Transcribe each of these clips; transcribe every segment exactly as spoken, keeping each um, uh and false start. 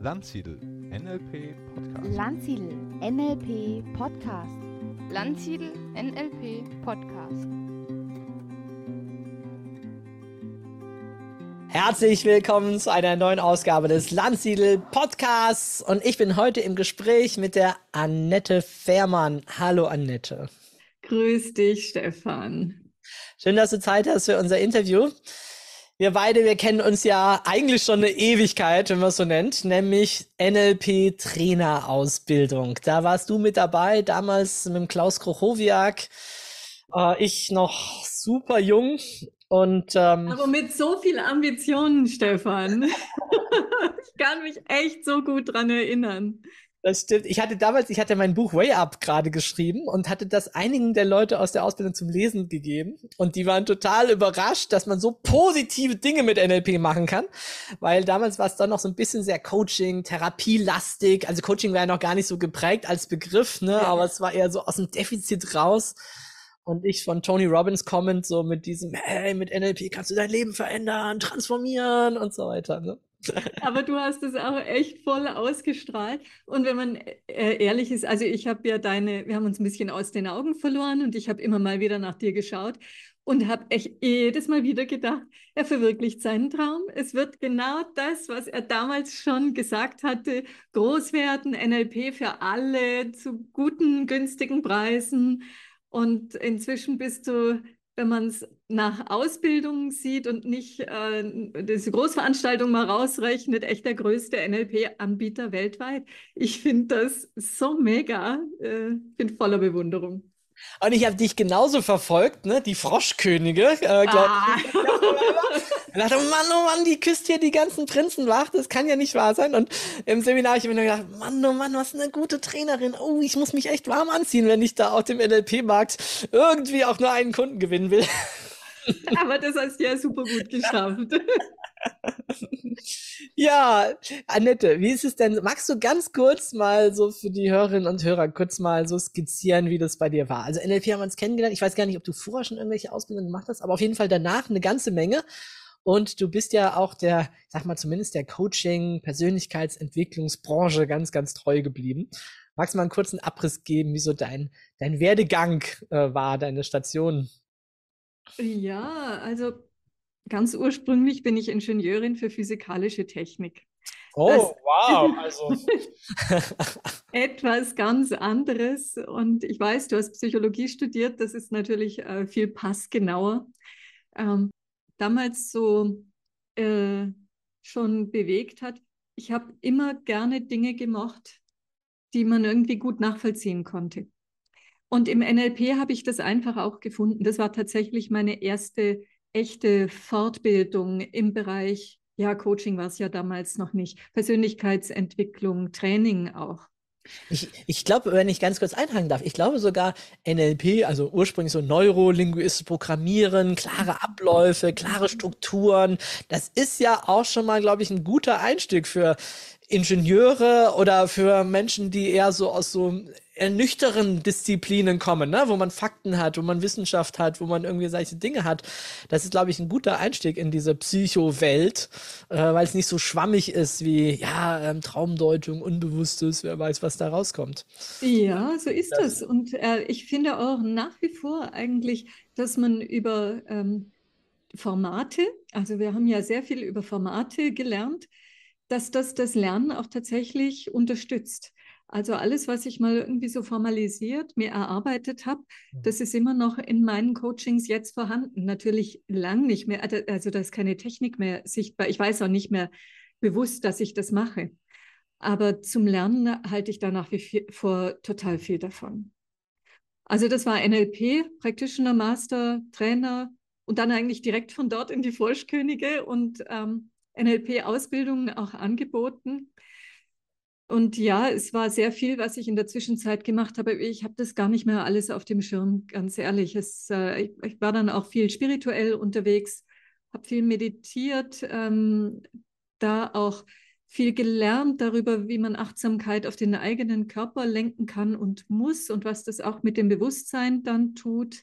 Landsiedel N L P Podcast. Landsiedel N L P Podcast. Landsiedel N L P Podcast. Herzlich willkommen zu einer neuen Ausgabe des Landsiedel Podcasts und ich bin heute im Gespräch mit der Annette Fährmann. Hallo Annette. Grüß dich, Stefan. Schön, dass du Zeit hast für unser Interview. Wir beide, wir kennen uns ja eigentlich schon eine Ewigkeit, wenn man es so nennt, nämlich N L P-Trainerausbildung. Da warst du mit dabei, damals mit dem Klaus Krochowiak, äh, ich noch super jung. Und, ähm, Aber mit so viel Ambitionen, Stefan. Ich kann mich echt so gut dran erinnern. Das stimmt. Ich hatte damals, ich hatte mein Buch Way Up gerade geschrieben und hatte das einigen der Leute aus der Ausbildung zum Lesen gegeben. Und die waren total überrascht, dass man so positive Dinge mit N L P machen kann. Weil damals war es dann noch so ein bisschen sehr Coaching, Therapielastig. Also Coaching war ja noch gar nicht so geprägt als Begriff, ne? Ja. Aber es war eher so aus dem Defizit raus. Und ich von Tony Robbins kommend so mit diesem, hey, mit N L P kannst du dein Leben verändern, transformieren und so weiter, ne? Aber du hast es auch echt voll ausgestrahlt. Und wenn man äh, ehrlich ist, also ich habe ja deine, wir haben uns ein bisschen aus den Augen verloren und ich habe immer mal wieder nach dir geschaut und habe echt jedes Mal wieder gedacht, er verwirklicht seinen Traum. Es wird genau das, was er damals schon gesagt hatte, groß werden, N L P für alle zu guten, günstigen Preisen. Und inzwischen bist du, wenn man es nach Ausbildung sieht und nicht äh, diese Großveranstaltung mal rausrechnet, echt der größte N L P-Anbieter weltweit. Ich finde das so mega. Ich äh, bin voller Bewunderung. Und ich habe dich genauso verfolgt, ne? Die Froschkönige, äh, glaub ah. ich. Ich dachte, Mann, oh Mann, die küsst hier die ganzen Prinzen wach, das kann ja nicht wahr sein. Und im Seminar habe ich mir gedacht, Mann, oh Mann, was eine gute Trainerin. Oh, ich muss mich echt warm anziehen, wenn ich da auf dem N L P-Markt irgendwie auch nur einen Kunden gewinnen will. Aber das hast du ja super gut geschafft. Ja, Annette, wie ist es denn? Magst du ganz kurz mal so für die Hörerinnen und Hörer kurz mal so skizzieren, wie das bei dir war? Also N L P haben wir uns kennengelernt. Ich weiß gar nicht, ob du vorher schon irgendwelche Ausbildungen gemacht hast, aber auf jeden Fall danach eine ganze Menge. Und du bist ja auch der, ich sag mal zumindest der Coaching-, Persönlichkeitsentwicklungsbranche ganz, ganz treu geblieben. Magst du mal einen kurzen Abriss geben, wie so dein, dein Werdegang äh, war, deine Station? Ja, also ganz ursprünglich bin ich Ingenieurin für physikalische Technik. Oh, das wow, also etwas ganz anderes. Und ich weiß, du hast Psychologie studiert, das ist natürlich äh, viel passgenauer. Ähm, damals so äh, schon bewegt hat. Ich habe immer gerne Dinge gemacht, die man irgendwie gut nachvollziehen konnte. Und im N L P habe ich das einfach auch gefunden. Das war tatsächlich meine erste echte Fortbildung im Bereich, ja, Coaching war es ja damals noch nicht, Persönlichkeitsentwicklung, Training auch. Ich, ich glaube, wenn ich ganz kurz einhaken darf, ich glaube sogar N L P, also ursprünglich so neurolinguistisches Programmieren, klare Abläufe, klare Strukturen, das ist ja auch schon mal, glaube ich, ein guter Einstieg für Ingenieure oder für Menschen, die eher so aus so ernüchternden Disziplinen kommen, ne? Wo man Fakten hat, wo man Wissenschaft hat, wo man irgendwie solche Dinge hat. Das ist, glaube ich, ein guter Einstieg in diese Psycho-Welt, äh, weil es nicht so schwammig ist wie, ja, ähm, Traumdeutung, Unbewusstes, wer weiß, was da rauskommt. Ja, so ist das. das. Und äh, ich finde auch nach wie vor eigentlich, dass man über ähm, Formate, also wir haben ja sehr viel über Formate gelernt, dass das das Lernen auch tatsächlich unterstützt. Also alles, was ich mal irgendwie so formalisiert mir erarbeitet habe, das ist immer noch in meinen Coachings jetzt vorhanden. Natürlich lang nicht mehr, also da ist keine Technik mehr sichtbar. Ich weiß auch nicht mehr bewusst, dass ich das mache. Aber zum Lernen halte ich da nach wie vor total viel davon. Also das war N L P, Practitioner, Master, Trainer und dann eigentlich direkt von dort in die Froschkönige und ähm, N L P-Ausbildungen auch angeboten. Und ja, es war sehr viel, was ich in der Zwischenzeit gemacht habe. Ich habe das gar nicht mehr alles auf dem Schirm, ganz ehrlich. Es, äh, ich, ich war dann auch viel spirituell unterwegs, habe viel meditiert, ähm, da auch viel gelernt darüber, wie man Achtsamkeit auf den eigenen Körper lenken kann und muss und was das auch mit dem Bewusstsein dann tut.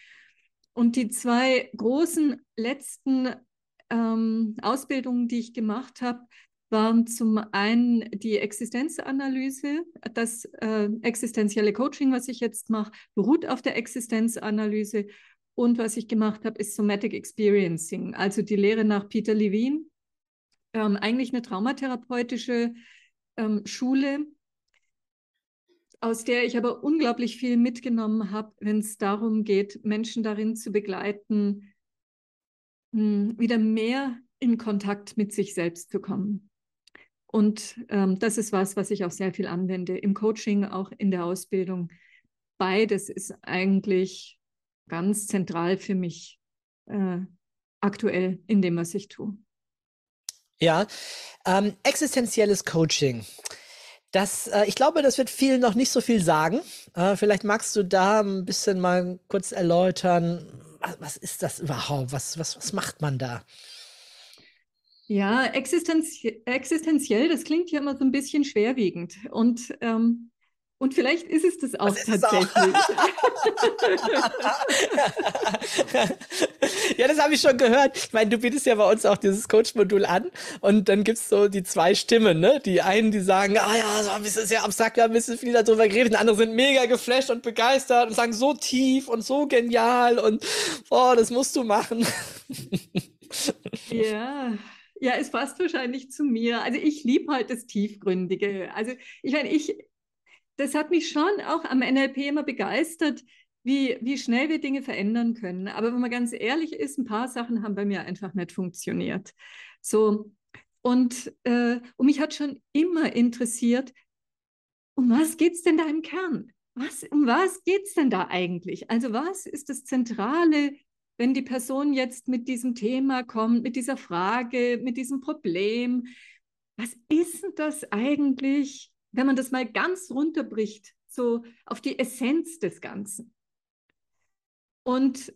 Und die zwei großen letzten ähm, Ausbildungen, die ich gemacht habe, waren zum einen die Existenzanalyse. Das äh, existenzielle Coaching, was ich jetzt mache, beruht auf der Existenzanalyse. Und was ich gemacht habe, ist Somatic Experiencing, also die Lehre nach Peter Levine. Ähm, eigentlich eine traumatherapeutische ähm, Schule, aus der ich aber unglaublich viel mitgenommen habe, wenn es darum geht, Menschen darin zu begleiten, mh, wieder mehr in Kontakt mit sich selbst zu kommen. Und ähm, das ist was, was ich auch sehr viel anwende, im Coaching, auch in der Ausbildung. Beides ist eigentlich ganz zentral für mich äh, aktuell in dem, was ich tue. Ja, ähm, existenzielles Coaching. Das, äh, ich glaube, das wird vielen noch nicht so viel sagen. Äh, vielleicht magst du da ein bisschen mal kurz erläutern, was, was ist das überhaupt? Was, was, was macht man da? Ja, existenzie existenziell, das klingt ja immer so ein bisschen schwerwiegend. Und, ähm, und vielleicht ist es das auch Was ist es tatsächlich. Ja, das habe ich schon gehört. Ich meine, du bietest ja bei uns auch dieses Coach-Modul an und dann gibt es so die zwei Stimmen, ne? Die einen, die sagen, ah ja, so ein bisschen sehr abstrakt, wir haben ein bisschen viel darüber geredet. Und andere sind mega geflasht und begeistert und sagen so tief und so genial und boah, das musst du machen. Ja, ja, es passt wahrscheinlich zu mir. Also ich liebe halt das Tiefgründige. Also ich meine, ich, das hat mich schon auch am N L P immer begeistert, wie, wie schnell wir Dinge verändern können. Aber wenn man ganz ehrlich ist, ein paar Sachen haben bei mir einfach nicht funktioniert. So, und, äh, und mich hat schon immer interessiert, um was geht es denn da im Kern? Was, um was geht es denn da eigentlich? Also was ist das Zentrale, wenn die Person jetzt mit diesem Thema kommt, mit dieser Frage, mit diesem Problem? Was ist denn das eigentlich, wenn man das mal ganz runterbricht, so auf die Essenz des Ganzen? Und,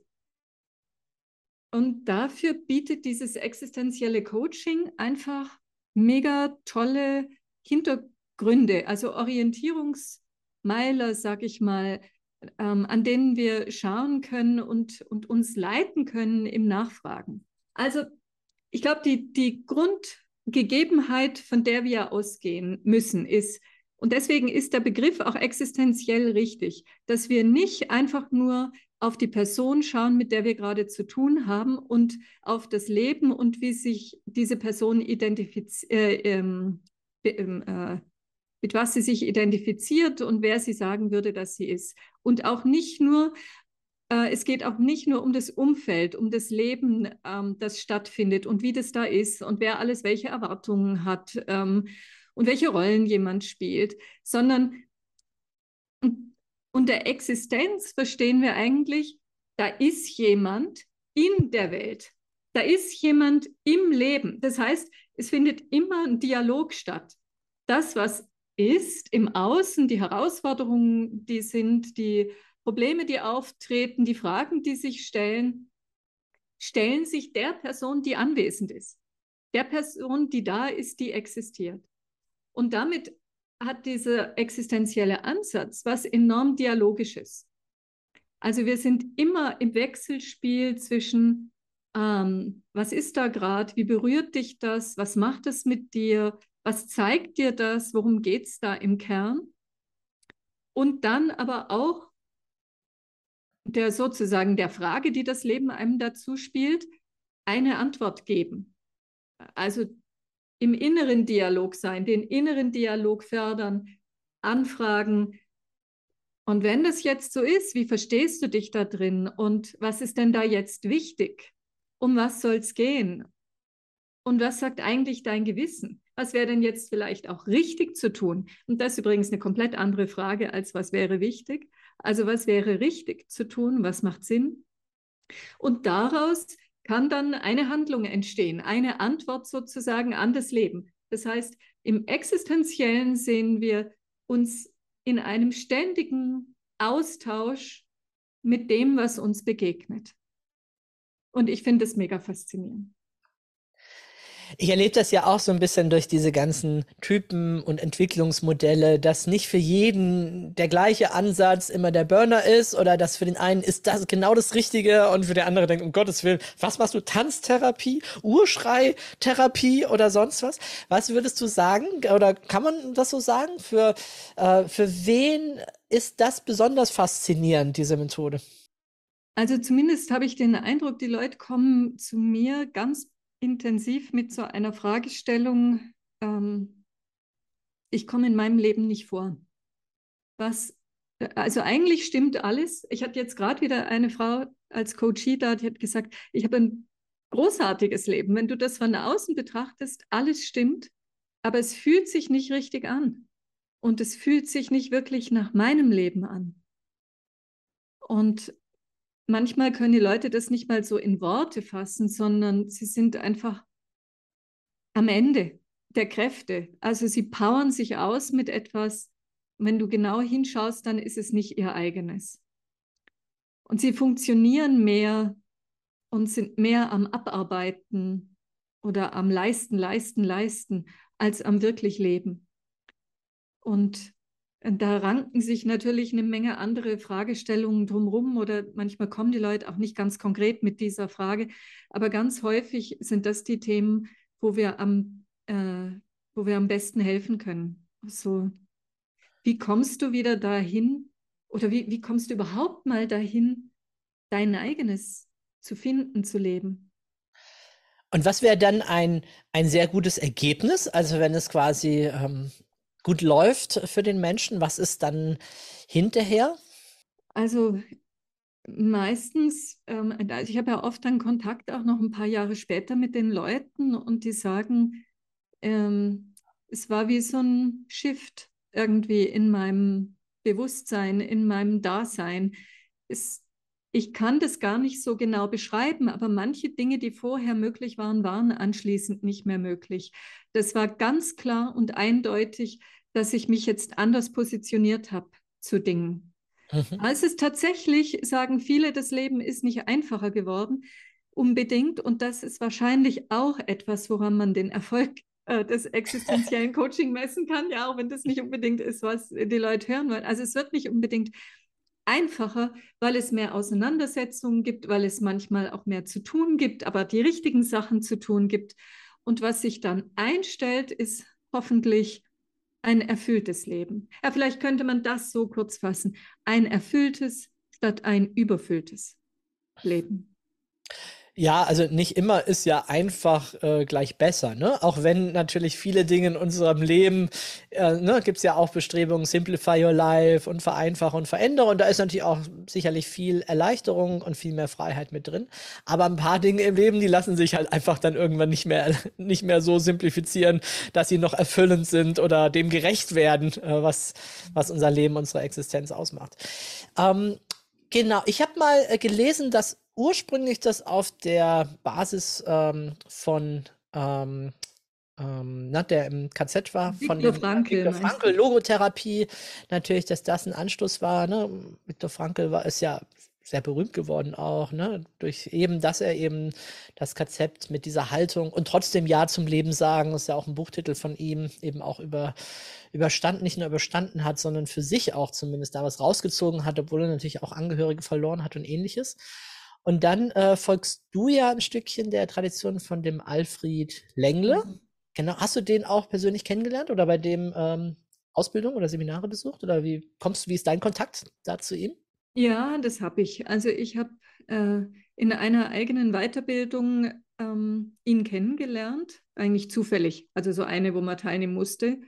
und dafür bietet dieses existenzielle Coaching einfach mega tolle Hintergründe, also Orientierungsmeiler, sag ich mal, ähm, an denen wir schauen können und, und uns leiten können im Nachfragen. Also ich glaube, die, die Grundgegebenheit, von der wir ausgehen müssen, ist, und deswegen ist der Begriff auch existenziell richtig, dass wir nicht einfach nur auf die Person schauen, mit der wir gerade zu tun haben und auf das Leben und wie sich diese Person identifiziert, äh, ähm, äh, mit was sie sich identifiziert und wer sie sagen würde, dass sie ist. Und auch nicht nur, äh, es geht auch nicht nur um das Umfeld, um das Leben, ähm, das stattfindet und wie das da ist und wer alles welche Erwartungen hat ähm, und welche Rollen jemand spielt, sondern unter Existenz verstehen wir eigentlich, da ist jemand in der Welt, da ist jemand im Leben. Das heißt, es findet immer ein Dialog statt. Das, was ist im Außen, die Herausforderungen, die sind, die Probleme, die auftreten, die Fragen, die sich stellen, stellen sich der Person, die anwesend ist. Der Person, die da ist, die existiert. Und damit hat dieser existenzielle Ansatz was enorm Dialogisches. Also wir sind immer im Wechselspiel zwischen, ähm, was ist da gerade, wie berührt dich das, was macht es mit dir, was zeigt dir das, worum geht es da im Kern? Und dann aber auch der sozusagen der Frage, die das Leben einem dazu spielt, eine Antwort geben. Also im inneren Dialog sein, den inneren Dialog fördern, anfragen. Und wenn das jetzt so ist, wie verstehst du dich da drin? Und was ist denn da jetzt wichtig? Um was soll es gehen? Und was sagt eigentlich dein Gewissen? Was wäre denn jetzt vielleicht auch richtig zu tun? Und das ist übrigens eine komplett andere Frage als was wäre wichtig. Also was wäre richtig zu tun? Was macht Sinn? Und daraus kann dann eine Handlung entstehen, eine Antwort sozusagen an das Leben. Das heißt, im Existenziellen sehen wir uns in einem ständigen Austausch mit dem, was uns begegnet. Und ich finde es mega faszinierend. Ich erlebe das ja auch so ein bisschen durch diese ganzen Typen und Entwicklungsmodelle, dass nicht für jeden der gleiche Ansatz immer der Burner ist oder dass für den einen ist das genau das Richtige und für den anderen denkt, um Gottes Willen, was machst du? Tanztherapie, Urschreitherapie oder sonst was? Was würdest du sagen oder kann man das so sagen? Für, äh, für wen ist das besonders faszinierend, diese Methode? Also zumindest habe ich den Eindruck, die Leute kommen zu mir ganz intensiv mit so einer Fragestellung, ähm, ich komme in meinem Leben nicht vor. Was, also eigentlich stimmt alles. Ich hatte jetzt gerade wieder eine Frau als Coachie da, die hat gesagt, ich habe ein großartiges Leben. Wenn du das von außen betrachtest, alles stimmt, aber es fühlt sich nicht richtig an. Und es fühlt sich nicht wirklich nach meinem Leben an. Und manchmal können die Leute das nicht mal so in Worte fassen, sondern sie sind einfach am Ende der Kräfte. Also sie powern sich aus mit etwas. Wenn du genau hinschaust, dann ist es nicht ihr eigenes. Und sie funktionieren mehr und sind mehr am Abarbeiten oder am Leisten, Leisten, Leisten, als am wirklich Leben. Und da ranken sich natürlich eine Menge andere Fragestellungen drumherum oder manchmal kommen die Leute auch nicht ganz konkret mit dieser Frage, aber ganz häufig sind das die Themen, wo wir am, äh, wo wir am besten helfen können. So, wie kommst du wieder dahin oder wie, wie kommst du überhaupt mal dahin, dein eigenes zu finden, zu leben? Und was wäre dann ein, ein sehr gutes Ergebnis? Also wenn es quasi ähm, gut läuft für den Menschen, was ist dann hinterher? Also meistens, ähm, also ich habe ja oft dann Kontakt auch noch ein paar Jahre später mit den Leuten und die sagen, ähm, es war wie so ein Shift irgendwie in meinem Bewusstsein, in meinem Dasein. Es, ich kann das gar nicht so genau beschreiben, aber manche Dinge, die vorher möglich waren, waren anschließend nicht mehr möglich. Das war ganz klar und eindeutig, dass ich mich jetzt anders positioniert habe zu Dingen. Mhm. Es ist tatsächlich, sagen viele, das Leben ist nicht einfacher geworden, unbedingt. Und das ist wahrscheinlich auch etwas, woran man den Erfolg äh, des existenziellen Coaching messen kann. Ja, auch wenn das nicht unbedingt ist, was die Leute hören wollen. Also es wird nicht unbedingt einfacher, weil es mehr Auseinandersetzungen gibt, weil es manchmal auch mehr zu tun gibt, aber die richtigen Sachen zu tun gibt. Und was sich dann einstellt, ist hoffentlich ein erfülltes Leben. Ja, vielleicht könnte man das so kurz fassen. Ein erfülltes statt ein überfülltes Leben. Ja, also nicht immer ist ja einfach äh, gleich besser, ne? Auch wenn natürlich viele Dinge in unserem Leben, äh, ne, gibt es ja auch Bestrebungen, simplify your life und vereinfache und verändere. Und da ist natürlich auch sicherlich viel Erleichterung und viel mehr Freiheit mit drin. Aber ein paar Dinge im Leben, die lassen sich halt einfach dann irgendwann nicht mehr, nicht mehr so simplifizieren, dass sie noch erfüllend sind oder dem gerecht werden, äh, was, was unser Leben, unsere Existenz ausmacht. Ähm, genau, ich habe mal äh, gelesen, dass ursprünglich das auf der Basis ähm, von, ähm, ähm, na, der im K Z war, von Viktor dem Frankl, Viktor meinst Frankl, du? Logotherapie, natürlich, dass das ein Anstoß war. Ne? Viktor Frankl war, ist ja sehr berühmt geworden auch, ne? Durch eben, dass er eben das K Z mit dieser Haltung und trotzdem Ja zum Leben sagen, ist ja auch ein Buchtitel von ihm, eben auch über überstanden, nicht nur überstanden hat, sondern für sich auch zumindest da was rausgezogen hat, obwohl er natürlich auch Angehörige verloren hat und ähnliches. Und dann äh, folgst du ja ein Stückchen der Tradition von dem Alfred Lengle. Mhm. Genau. Hast du den auch persönlich kennengelernt oder bei dem ähm, Ausbildung oder Seminare besucht? Oder wie kommst du, wie ist dein Kontakt da zu ihm? Ja, das habe ich. Also ich habe äh, in einer eigenen Weiterbildung ähm, ihn kennengelernt, eigentlich zufällig, also so eine, wo man teilnehmen musste.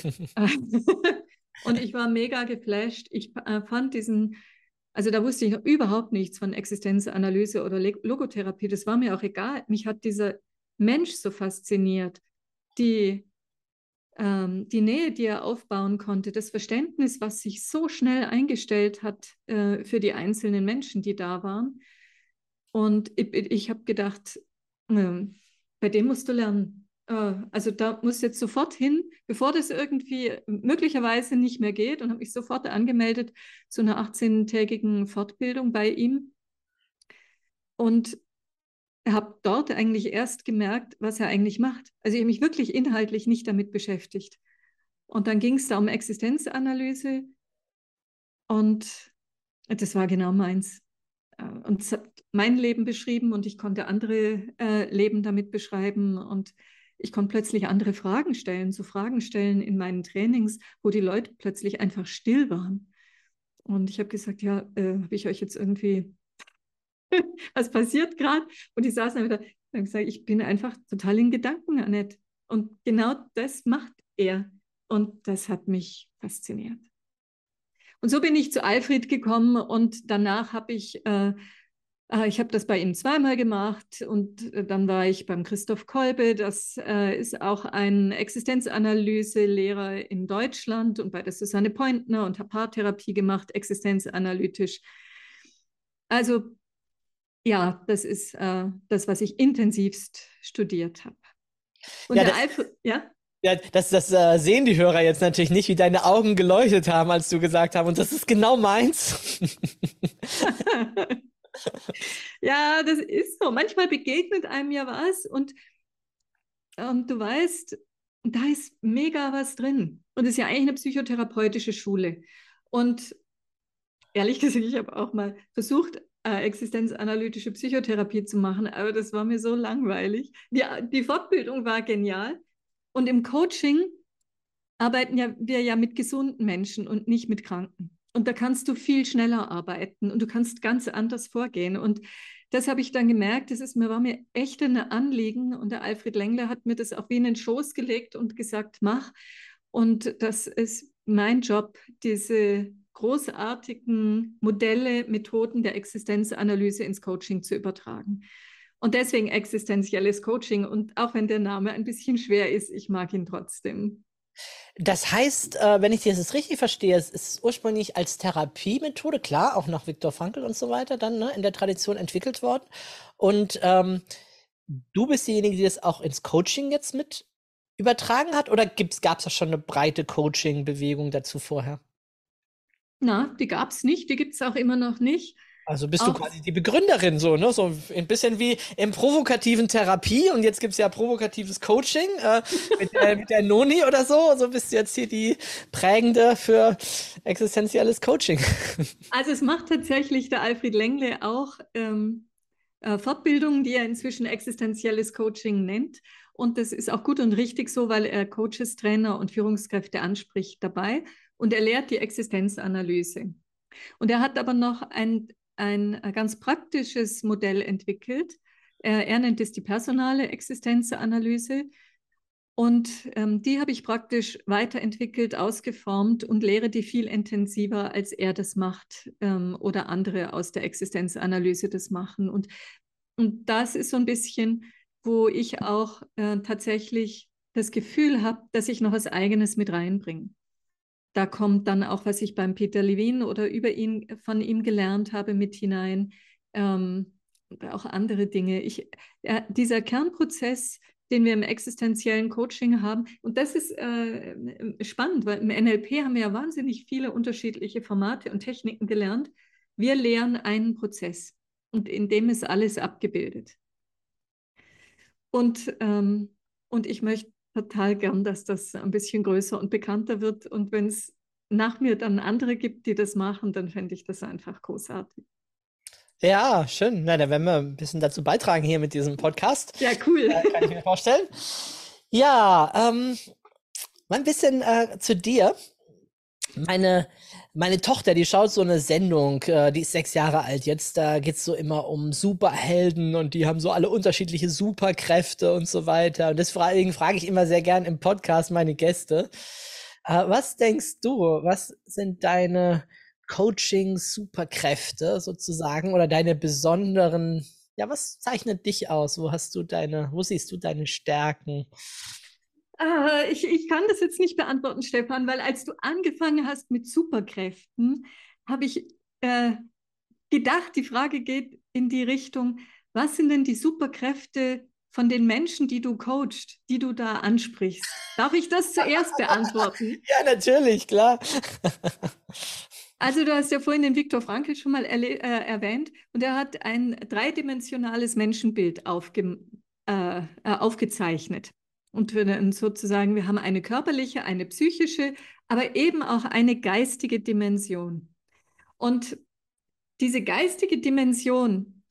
Und ich war mega geflasht. Ich äh, fand diesen, also da wusste ich noch überhaupt nichts von Existenzanalyse oder Le- Logotherapie. Das war mir auch egal. Mich hat dieser Mensch so fasziniert. Die, ähm, die Nähe, die er aufbauen konnte, das Verständnis, was sich so schnell eingestellt hat äh, für die einzelnen Menschen, die da waren. Und ich, ich habe gedacht, äh, bei dem musst du lernen. Äh, also da muss jetzt sofort hin, bevor das irgendwie möglicherweise nicht mehr geht, und habe mich sofort angemeldet zu einer achtzehntägigen Fortbildung bei ihm. Und habe dort eigentlich erst gemerkt, was er eigentlich macht. Also ich habe mich wirklich inhaltlich nicht damit beschäftigt. Und dann ging es da um Existenzanalyse und das war genau meins. Und es hat mein Leben beschrieben und ich konnte andere äh, Leben damit beschreiben und ich konnte plötzlich andere Fragen stellen, so Fragen stellen in meinen Trainings, wo die Leute plötzlich einfach still waren. Und ich habe gesagt, ja, äh, habe ich euch jetzt irgendwie, was passiert gerade? Und die saßen dann wieder, und haben gesagt, ich bin einfach total in Gedanken, Annette. Und genau das macht er. Und das hat mich fasziniert. Und so bin ich zu Alfred gekommen und danach habe ich, äh, äh, ich habe das bei ihm zweimal gemacht und äh, dann war ich beim Christoph Kolbe, das äh, ist auch ein Existenzanalyse-Lehrer in Deutschland und bei der Susanne Pointner und habe Paartherapie gemacht, existenzanalytisch. Also ja, das ist äh, das, was ich intensivst studiert habe. Und Ja, der das, Alfred, ja? ja, das, das äh, sehen die Hörer jetzt natürlich nicht, wie deine Augen geleuchtet haben, als du gesagt hast. Und das ist genau meins. Ja, das ist so. Manchmal begegnet einem ja was und, und du weißt, da ist mega was drin. Und es ist ja eigentlich eine psychotherapeutische Schule. Und ehrlich gesagt, ich habe auch mal versucht, äh, existenzanalytische Psychotherapie zu machen, aber das war mir so langweilig. Die, die Fortbildung war genial. Und im Coaching arbeiten ja, wir ja mit gesunden Menschen und nicht mit Kranken. Und da kannst du viel schneller arbeiten und du kannst ganz anders vorgehen. Und das habe ich dann gemerkt, das ist mir, war mir echt ein Anliegen. Und der Alfred Längler hat mir das auch wie in den Schoß gelegt und gesagt, mach. Und das ist mein Job, diese großartigen Modelle, Methoden der Existenzanalyse ins Coaching zu übertragen. Und deswegen existenzielles Coaching. Und auch wenn der Name ein bisschen schwer ist, ich mag ihn trotzdem. Das heißt, äh, wenn ich das jetzt richtig verstehe, es ist ursprünglich als Therapiemethode, klar, auch nach Viktor Frankl und so weiter dann ne, in der Tradition entwickelt worden. Und ähm, du bist diejenige, die das auch ins Coaching jetzt mit übertragen hat? Oder gab es da schon eine breite Coaching-Bewegung dazu vorher? Na, die gab es nicht, die gibt es auch immer noch nicht. Also bist Auch, du quasi die Begründerin, so, ne? So ein bisschen wie im provokativen Therapie und jetzt gibt es ja provokatives Coaching äh, mit, der, mit der Noni oder so. So bist du jetzt hier die Prägende für existenzielles Coaching. also es macht tatsächlich der Alfred Längler auch ähm, äh, Fortbildungen, die er inzwischen existenzielles Coaching nennt. Und das ist auch gut und richtig so, weil er Coaches, Trainer und Führungskräfte anspricht dabei. Und er lehrt die Existenzanalyse. Und er hat aber noch ein, ein ganz praktisches Modell entwickelt. Er, er nennt es die personale Existenzanalyse. Und ähm, die habe ich praktisch weiterentwickelt, ausgeformt und lehre die viel intensiver, als er das macht ähm, oder andere aus der Existenzanalyse das machen. Und, und das ist so ein bisschen, wo ich auch äh, tatsächlich das Gefühl habe, dass ich noch was Eigenes mit reinbringe. Da kommt dann auch, was ich beim Peter Levine oder über ihn, von ihm gelernt habe, mit hinein. Ähm, auch andere Dinge. Ich, äh, dieser Kernprozess, den wir im existenziellen Coaching haben, und das ist äh, spannend, weil im N L P haben wir ja wahnsinnig viele unterschiedliche Formate und Techniken gelernt. Wir lehren einen Prozess und in dem ist alles abgebildet. Und, ähm, und ich möchte total gern, dass das ein bisschen größer und bekannter wird. Und wenn es nach mir dann andere gibt, die das machen, dann fände ich das einfach großartig. Ja, schön. Na, da werden wir ein bisschen dazu beitragen hier mit diesem Podcast. Ja, cool. Äh, kann ich mir vorstellen. Ja, ähm, mal ein bisschen äh, zu dir. Meine, meine Tochter, die schaut so eine Sendung, äh, die ist sechs Jahre alt jetzt, da geht's so immer um Superhelden und die haben so alle unterschiedliche Superkräfte und so weiter. Und deswegen frage ich immer sehr gern im Podcast meine Gäste, äh, was denkst du, was sind deine Coaching-Superkräfte sozusagen oder deine besonderen, ja, was zeichnet dich aus? Wo hast du deine, wo siehst du deine Stärken? Äh, ich, ich kann das jetzt nicht beantworten, Stefan, weil als du angefangen hast mit Superkräften, habe ich äh, gedacht, die Frage geht in die Richtung, was sind denn die Superkräfte von den Menschen, die du coachst, die du da ansprichst? Darf ich das zuerst beantworten? Ja, natürlich, klar. Also du hast ja vorhin den Viktor Frankl schon mal erle- äh, erwähnt und er hat ein dreidimensionales Menschenbild aufge äh, äh, aufgezeichnet. Und wir dann sozusagen, wir haben eine körperliche, eine psychische, aber eben auch eine geistige Dimension. Und diese geistige Dimension,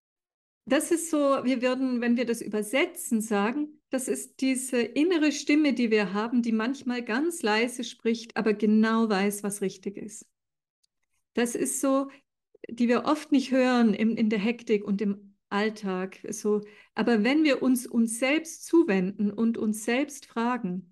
das ist so, wir würden, wenn wir das übersetzen, sagen, das ist diese innere Stimme, die wir haben, die manchmal ganz leise spricht, aber genau weiß, was richtig ist. Das ist so, die wir oft nicht hören in, in der Hektik und im Alltag. So. Aber wenn wir uns uns selbst zuwenden und uns selbst fragen,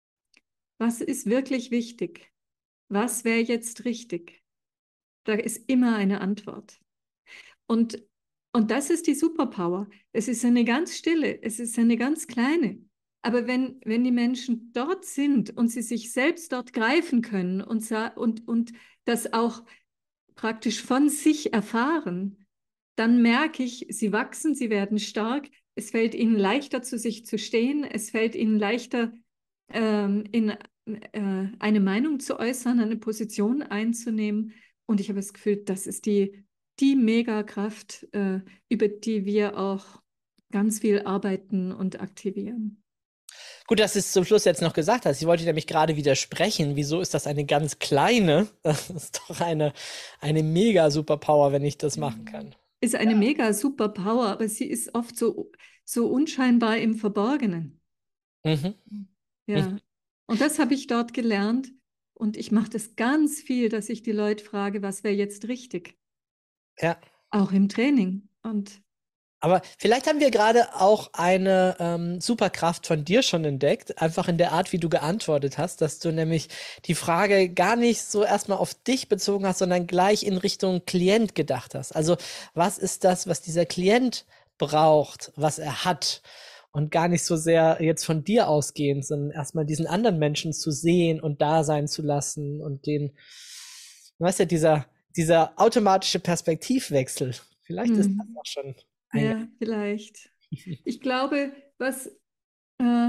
was ist wirklich wichtig? Was wäre jetzt richtig? Da ist immer eine Antwort. Und, und das ist die Superpower. Es ist eine ganz stille, es ist eine ganz kleine. Aber wenn, wenn die Menschen dort sind und sie sich selbst dort greifen können und, und, und das auch praktisch von sich erfahren, dann merke ich, sie wachsen, sie werden stark, es fällt ihnen leichter, zu sich zu stehen, es fällt ihnen leichter, ähm, in äh, eine Meinung zu äußern, eine Position einzunehmen. Und ich habe das Gefühl, das ist die, die Megakraft, äh, über die wir auch ganz viel arbeiten und aktivieren. Gut, dass du es zum Schluss jetzt noch gesagt hast. Ich wollte nämlich gerade widersprechen. Wieso ist das eine ganz kleine? Das ist doch eine, eine mega Superpower, wenn ich das machen kann. Ist eine mega Superpower, aber sie ist oft so, so unscheinbar im Verborgenen. Mhm. Ja. Mhm. Und das habe ich dort gelernt. Und ich mache das ganz viel, dass ich die Leute frage, was wäre jetzt richtig? Ja. Auch im Training. Und Aber vielleicht haben wir gerade auch eine ähm, Superkraft von dir schon entdeckt, einfach in der Art, wie du geantwortet hast, dass du nämlich die Frage gar nicht so erstmal auf dich bezogen hast, sondern gleich in Richtung Klient gedacht hast. Also was ist das, was dieser Klient braucht, was er hat? Und gar nicht so sehr jetzt von dir ausgehend, sondern erstmal diesen anderen Menschen zu sehen und da sein zu lassen und den, weißt du, dieser, dieser automatische Perspektivwechsel. Vielleicht ist das hm, auch schon ja, vielleicht. Ich glaube, was, äh,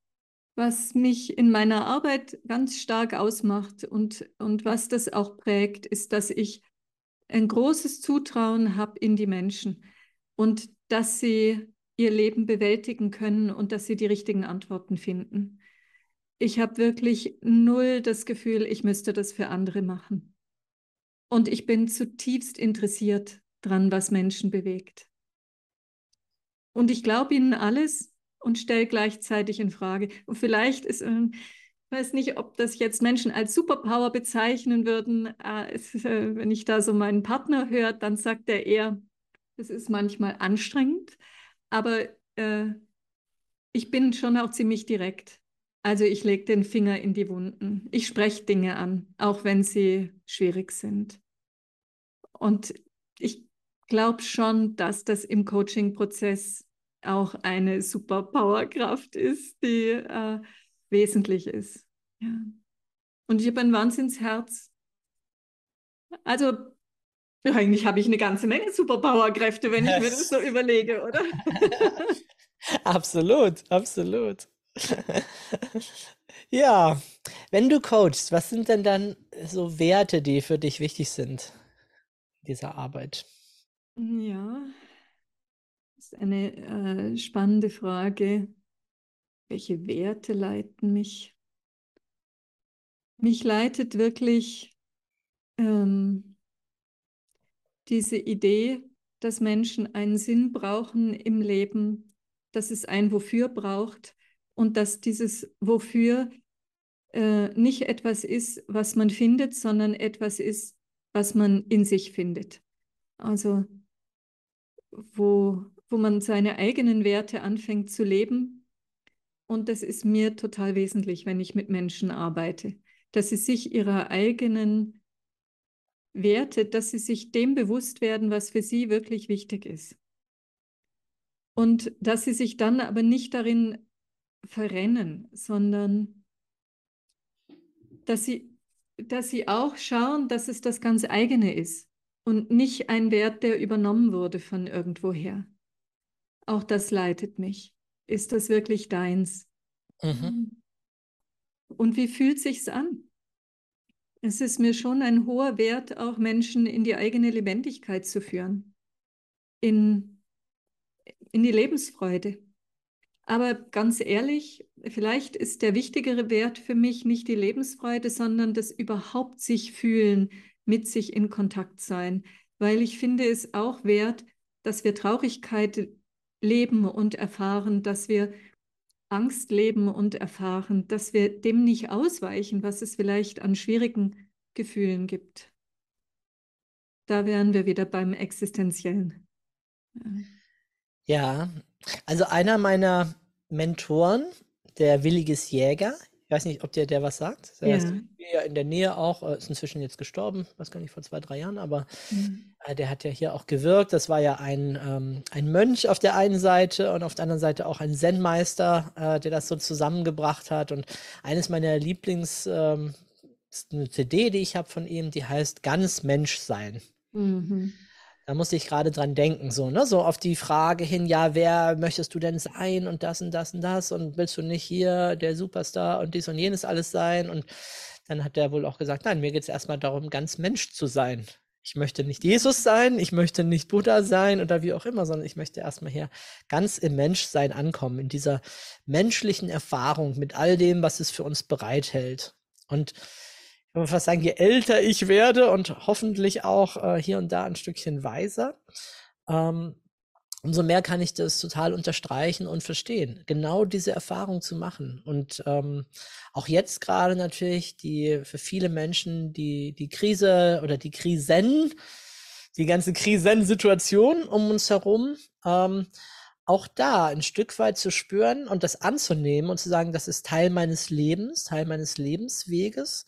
was mich in meiner Arbeit ganz stark ausmacht und, und was das auch prägt, ist, dass ich ein großes Zutrauen habe in die Menschen und dass sie ihr Leben bewältigen können und dass sie die richtigen Antworten finden. Ich habe wirklich null das Gefühl, ich müsste das für andere machen. Und ich bin zutiefst interessiert dran, was Menschen bewegt. Und ich glaube ihnen alles und stelle gleichzeitig in Frage. Und vielleicht ist, äh, ich weiß nicht, ob das jetzt Menschen als Superpower bezeichnen würden. Äh, es ist, äh, wenn ich da so meinen Partner höre, dann sagt er eher, es ist manchmal anstrengend, aber äh, ich bin schon auch ziemlich direkt. Also ich lege den Finger in die Wunden. Ich spreche Dinge an, auch wenn sie schwierig sind. Und ich glaube schon, dass das im Coaching-Prozess auch eine Superpowerkraft ist, die äh, wesentlich ist. Ja. Und ich habe ein Wahnsinnsherz. Also eigentlich habe ich eine ganze Menge Superpowerkräfte, wenn ich mir das so überlege, oder? Absolut, absolut. Ja, wenn du coachst, was sind denn dann so Werte, die für dich wichtig sind in dieser Arbeit? Ja, das ist eine äh, spannende Frage. Welche Werte leiten mich? Mich leitet wirklich ähm, diese Idee, dass Menschen einen Sinn brauchen im Leben, dass es ein Wofür braucht und dass dieses Wofür äh, nicht etwas ist, was man findet, sondern etwas ist, was man in sich findet. Also wo, wo man seine eigenen Werte anfängt zu leben. Und das ist mir total wesentlich, wenn ich mit Menschen arbeite, dass sie sich ihrer eigenen Werte, dass sie sich dem bewusst werden, was für sie wirklich wichtig ist. Und dass sie sich dann aber nicht darin verrennen, sondern dass sie, dass sie auch schauen, dass es das ganz eigene ist und nicht ein Wert, der übernommen wurde von irgendwoher. Auch das leitet mich. Ist das wirklich deins? Mhm. Und wie fühlt sich's an? Es ist mir schon ein hoher Wert, auch Menschen in die eigene Lebendigkeit zu führen, in, in die Lebensfreude. Aber ganz ehrlich, vielleicht ist der wichtigere Wert für mich nicht die Lebensfreude, sondern das überhaupt sich fühlen, mit sich in Kontakt sein. Weil ich finde es auch wert, dass wir Traurigkeit leben und erfahren, dass wir Angst leben und erfahren, dass wir dem nicht ausweichen, was es vielleicht an schwierigen Gefühlen gibt. Da wären wir wieder beim Existenziellen. Ja, also einer meiner Mentoren, der Williges Jäger, ich weiß nicht, ob dir der was sagt. Der Ja. ist hier in der Nähe auch, äh, ist inzwischen jetzt gestorben, weiß gar nicht, vor zwei, drei Jahren, aber Mhm. äh, der hat ja hier auch gewirkt. Das war ja ein, ähm, ein Mönch auf der einen Seite und auf der anderen Seite auch ein Zen-Meister, äh, der das so zusammengebracht hat. Und eines meiner Lieblings, ähm, ist eine C D, die ich habe von ihm, die heißt Ganz Mensch sein. Mhm. Da musste ich gerade dran denken, so, ne, so auf die Frage hin, ja, wer möchtest du denn sein und das und das und das und willst du nicht hier der Superstar und dies und jenes alles sein? Und dann hat der wohl auch gesagt, nein, mir geht es erstmal darum, ganz Mensch zu sein. Ich möchte nicht Jesus sein, ich möchte nicht Buddha sein oder wie auch immer, sondern ich möchte erstmal hier ganz im Menschsein ankommen, in dieser menschlichen Erfahrung mit all dem, was es für uns bereithält. Und ich würde fast sagen, je älter ich werde und hoffentlich auch äh, hier und da ein Stückchen weiser, ähm, umso mehr kann ich das total unterstreichen und verstehen, genau diese Erfahrung zu machen. Und ähm, auch jetzt gerade natürlich die für viele Menschen die, die Krise oder die Krisen, die ganze Krisensituation um uns herum, ähm, auch da ein Stück weit zu spüren und das anzunehmen und zu sagen, das ist Teil meines Lebens, Teil meines Lebensweges.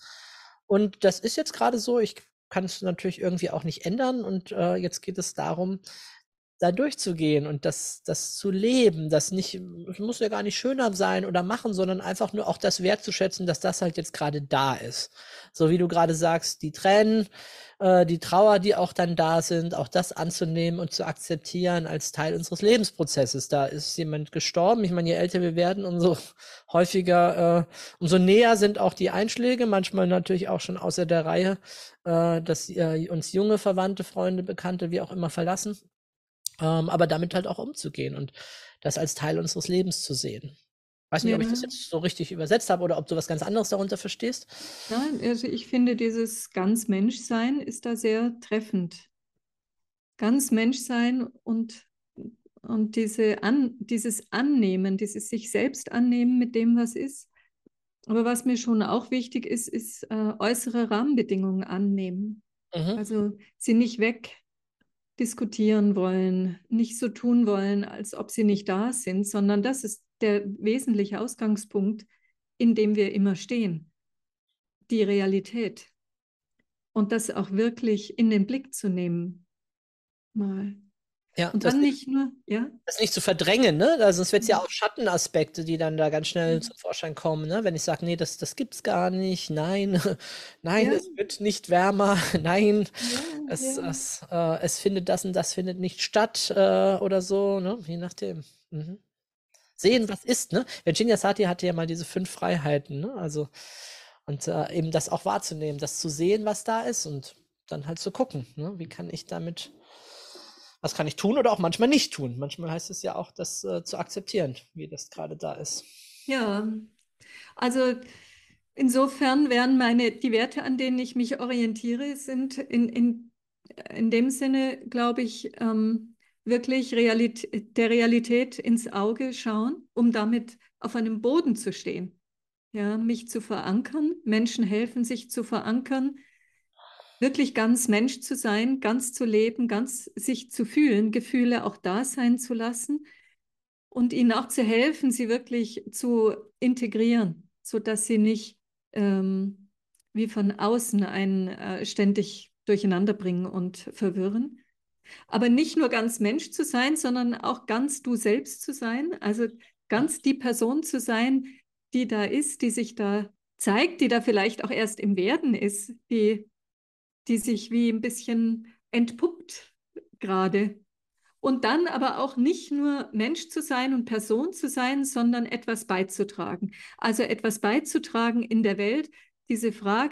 Und das ist jetzt gerade so, ich kann es natürlich irgendwie auch nicht ändern. Und äh, jetzt geht es darum, da durchzugehen und das, das zu leben. Das nicht, es muss ja gar nicht schöner sein oder machen, sondern einfach nur auch das wertzuschätzen, dass das halt jetzt gerade da ist. So wie du gerade sagst, die Tränen, äh, die Trauer, die auch dann da sind, auch das anzunehmen und zu akzeptieren als Teil unseres Lebensprozesses. Da ist jemand gestorben. Ich meine, je älter wir werden, umso häufiger, äh, umso näher sind auch die Einschläge, manchmal natürlich auch schon außer der Reihe, äh, dass äh, uns junge Verwandte, Freunde, Bekannte, wie auch immer verlassen. Ähm, aber damit halt auch umzugehen und das als Teil unseres Lebens zu sehen. Weiß nicht, ob ich das Ja. jetzt so richtig übersetzt habe oder ob du was ganz anderes darunter verstehst. Nein, also ich finde, dieses ganz Menschsein ist da sehr treffend. Ganz Menschsein und, und diese An, dieses Annehmen, dieses sich selbst annehmen mit dem, was ist. Aber was mir schon auch wichtig ist, ist äh, äußere Rahmenbedingungen annehmen. Mhm. Also sie nicht wegdiskutieren wollen, nicht so tun wollen, als ob sie nicht da sind, sondern das ist der wesentliche Ausgangspunkt, in dem wir immer stehen, die Realität. Und das auch wirklich in den Blick zu nehmen. Mal. Ja, Und das dann nicht, nicht nur, ja, das nicht zu verdrängen, ne? Also sonst wird es ja auch Schattenaspekte, die dann da ganz schnell zum Vorschein kommen, ne? Wenn ich sage, nee, das, das gibt's gar nicht, nein, nein, Ja. es wird nicht wärmer, nein, ja, es, ja. es, äh, es findet das und das findet nicht statt äh, oder so, ne? Je nachdem. Mhm. Sehen, was ist, ne? Virginia Satir hatte ja mal diese fünf Freiheiten, ne? Also, und äh, eben das auch wahrzunehmen, das zu sehen, was da ist und dann halt zu gucken, ne? Wie kann ich damit, was kann ich tun oder auch manchmal nicht tun? Manchmal heißt es ja auch, das äh, zu akzeptieren, wie das gerade da ist. Ja, also insofern wären meine, die Werte, an denen ich mich orientiere, sind in, in, in dem Sinne, glaube ich, ähm, wirklich Realität, der Realität ins Auge schauen, um damit auf einem Boden zu stehen. Ja, mich zu verankern, Menschen helfen, sich zu verankern, wirklich ganz Mensch zu sein, ganz zu leben, ganz sich zu fühlen, Gefühle auch da sein zu lassen und ihnen auch zu helfen, sie wirklich zu integrieren, sodass sie nicht ähm, wie von außen einen äh, ständig durcheinander bringen und verwirren. Aber nicht nur ganz Mensch zu sein, sondern auch ganz du selbst zu sein, also ganz die Person zu sein, die da ist, die sich da zeigt, die da vielleicht auch erst im Werden ist, die, die sich wie ein bisschen entpuppt gerade. Und dann aber auch nicht nur Mensch zu sein und Person zu sein, sondern etwas beizutragen. Also etwas beizutragen in der Welt. Diese Frage,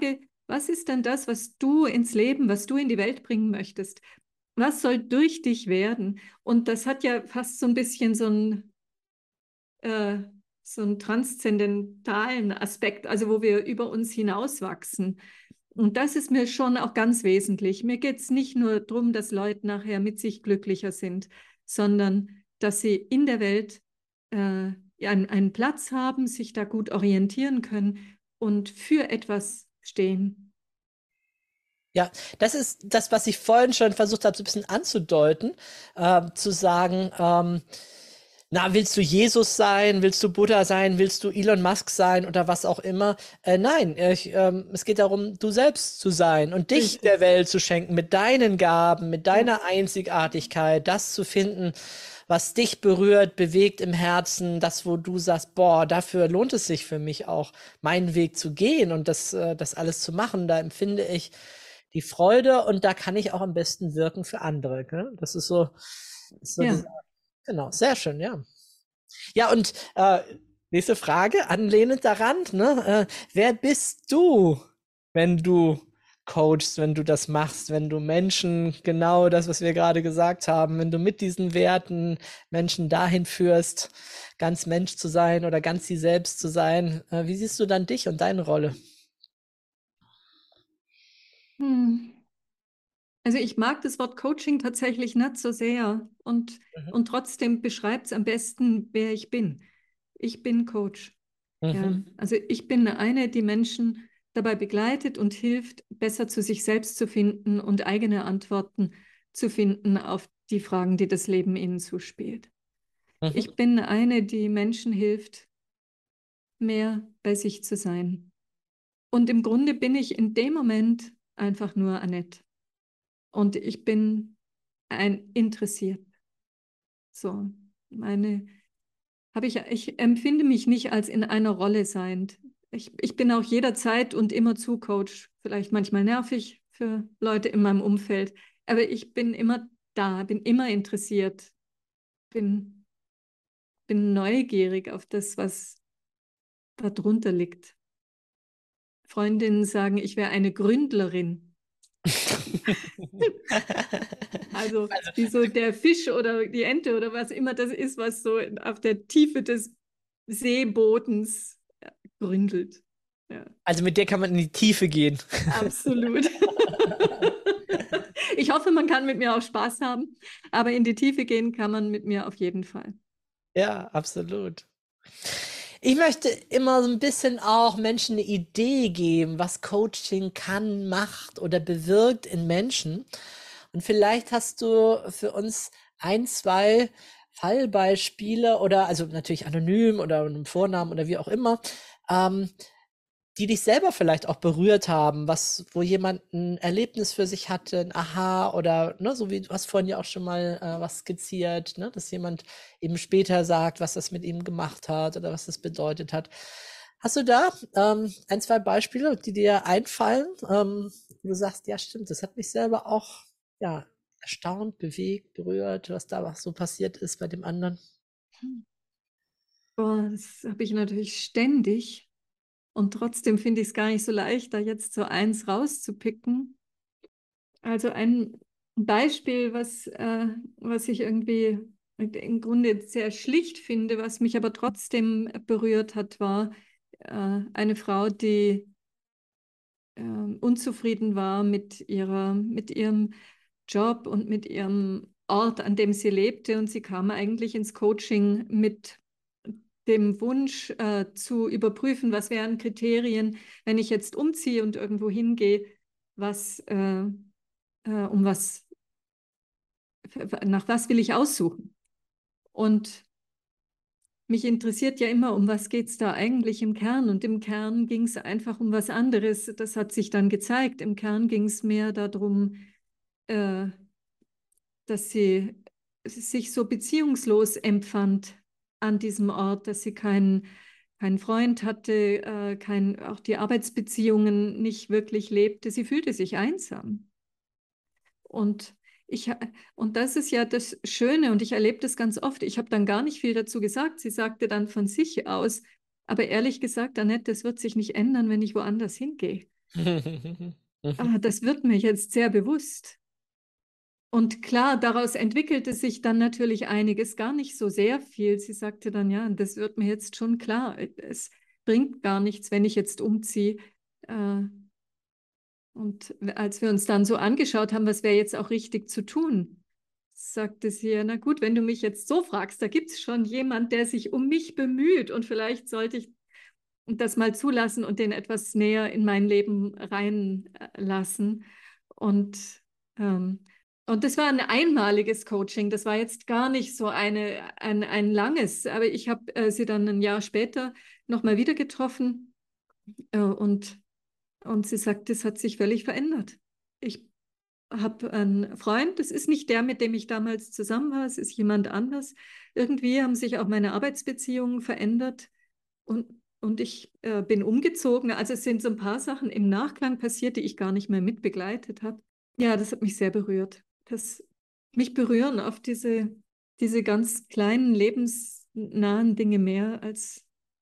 Was ist denn das, was du ins Leben, was du in die Welt bringen möchtest? Was soll durch dich werden? Und das hat ja fast so ein bisschen so ein äh, so einen transzendentalen Aspekt, also wo wir über uns hinauswachsen. Und das ist mir schon auch ganz wesentlich. Mir geht es nicht nur darum, dass Leute nachher mit sich glücklicher sind, sondern dass sie in der Welt äh, einen, einen Platz haben, sich da gut orientieren können und für etwas stehen. Ja, das ist das, was ich vorhin schon versucht habe, so ein bisschen anzudeuten, ähm, zu sagen, ähm, na, willst du Jesus sein? Willst du Buddha sein? Willst du Elon Musk sein oder was auch immer? Äh, nein, ich, ähm, es geht darum, du selbst zu sein und dich Richtig. der Welt zu schenken mit deinen Gaben, mit deiner Ja. Einzigartigkeit, das zu finden, was dich berührt, bewegt im Herzen, das, wo du sagst, boah, dafür lohnt es sich für mich auch, meinen Weg zu gehen und das, äh, das alles zu machen. Da empfinde ich die Freude und da kann ich auch am besten wirken für andere. Gell? Das ist so, ist so Ja. dieser, genau, sehr schön, ja. Ja, und äh, nächste Frage, anlehnend daran, ne? Äh, wer bist du, wenn du coachst, wenn du das machst, wenn du Menschen, genau das, was wir gerade gesagt haben, wenn du mit diesen Werten Menschen dahin führst, ganz Mensch zu sein oder ganz sie selbst zu sein, äh, wie siehst du dann dich und deine Rolle? Hm. Also ich mag das Wort Coaching tatsächlich nicht so sehr und, Mhm. und trotzdem beschreibt es am besten, wer ich bin. Ich bin Coach. Mhm. Ja, also ich bin eine, die Menschen dabei begleitet und hilft, besser zu sich selbst zu finden und eigene Antworten zu finden auf die Fragen, die das Leben ihnen zuspielt. Mhm. Ich bin eine, die Menschen hilft, mehr bei sich zu sein. Und im Grunde bin ich in dem Moment einfach nur Annette. Und ich bin ein interessiert. So, meine, habe ich, ich empfinde mich nicht als in einer Rolle seiend. Ich, ich bin auch jederzeit und immerzu Coach, vielleicht manchmal nervig für Leute in meinem Umfeld, aber ich bin immer da, bin immer interessiert, bin, bin neugierig auf das, was da drunter liegt. Freundinnen sagen, ich wäre eine Gründlerin. Also wie so der Fisch oder die Ente oder was immer das ist, was so auf der Tiefe des Seebodens gründelt. Ja, Also mit der kann man in die Tiefe gehen. absolut. Ich hoffe, man kann mit mir auch Spaß haben, aber in die Tiefe gehen kann man mit mir auf jeden Fall. Ja, absolut. Ich möchte immer so ein bisschen auch Menschen eine Idee geben, was Coaching kann, macht oder bewirkt in Menschen. Und vielleicht hast du für uns ein, zwei Fallbeispiele oder also natürlich anonym oder mit einem Vornamen oder wie auch immer, ähm, die dich selber vielleicht auch berührt haben, was, wo jemand ein Erlebnis für sich hatte, ein Aha oder, ne, so wie du hast vorhin ja auch schon mal äh, was skizziert, ne, dass jemand eben später sagt, was das mit ihm gemacht hat oder was das bedeutet hat. Hast du da ähm, ein, zwei Beispiele, die dir einfallen, ähm, wo du sagst, ja stimmt, das hat mich selber auch, ja, erstaunt, bewegt, berührt, was da was so passiert ist bei dem anderen? Boah, das habe ich natürlich ständig. Und trotzdem finde ich es gar nicht so leicht, da jetzt so eins rauszupicken. Also ein Beispiel, was, äh, was ich irgendwie im Grunde sehr schlicht finde, was mich aber trotzdem berührt hat, war äh, eine Frau, die äh, unzufrieden war mit ihrer, mit ihrem Job und mit ihrem Ort, an dem sie lebte. Und sie kam eigentlich ins Coaching mit dem Wunsch äh, zu überprüfen, was wären Kriterien, wenn ich jetzt umziehe und irgendwo hingehe, was, äh, äh, um was, nach was will ich aussuchen? Und mich interessiert ja immer, um was geht es da eigentlich im Kern? Und im Kern ging es einfach um was anderes. Das hat sich dann gezeigt. Im Kern ging es mehr darum, äh, dass sie sich so beziehungslos empfand an diesem Ort, dass sie keinen keinen Freund hatte, äh, kein, auch die Arbeitsbeziehungen nicht wirklich lebte. Sie fühlte sich einsam. Und, ich, und das ist ja das Schöne und ich erlebe das ganz oft. Ich habe dann gar nicht viel dazu gesagt. Sie sagte dann von sich aus, aber ehrlich gesagt, Annette, das wird sich nicht ändern, wenn ich woanders hingehe. Ah, das wird mir jetzt sehr bewusst. Und klar, daraus entwickelte sich dann natürlich einiges, gar nicht so sehr viel. Sie sagte dann, ja, das wird mir jetzt schon klar. Es bringt gar nichts, wenn ich jetzt umziehe. Äh, Und als wir uns dann so angeschaut haben, was wäre jetzt auch richtig zu tun, sagte sie, ja, na gut, wenn du mich jetzt so fragst, da gibt es schon jemand, der sich um mich bemüht und vielleicht sollte ich das mal zulassen und den etwas näher in mein Leben reinlassen. Und, ähm, und das war ein einmaliges Coaching, das war jetzt gar nicht so eine, ein, ein langes, aber ich habe äh, sie dann ein Jahr später nochmal wieder getroffen äh, und und sie sagt, das hat sich völlig verändert. Ich habe einen Freund, das ist nicht der, mit dem ich damals zusammen war, es ist jemand anders. Irgendwie haben sich auch meine Arbeitsbeziehungen verändert und, und ich äh, bin umgezogen. Also es sind so ein paar Sachen im Nachklang passiert, die ich gar nicht mehr mitbegleitet habe. Ja, das hat mich sehr berührt. Das mich berühren auf diese, diese ganz kleinen, lebensnahen Dinge mehr als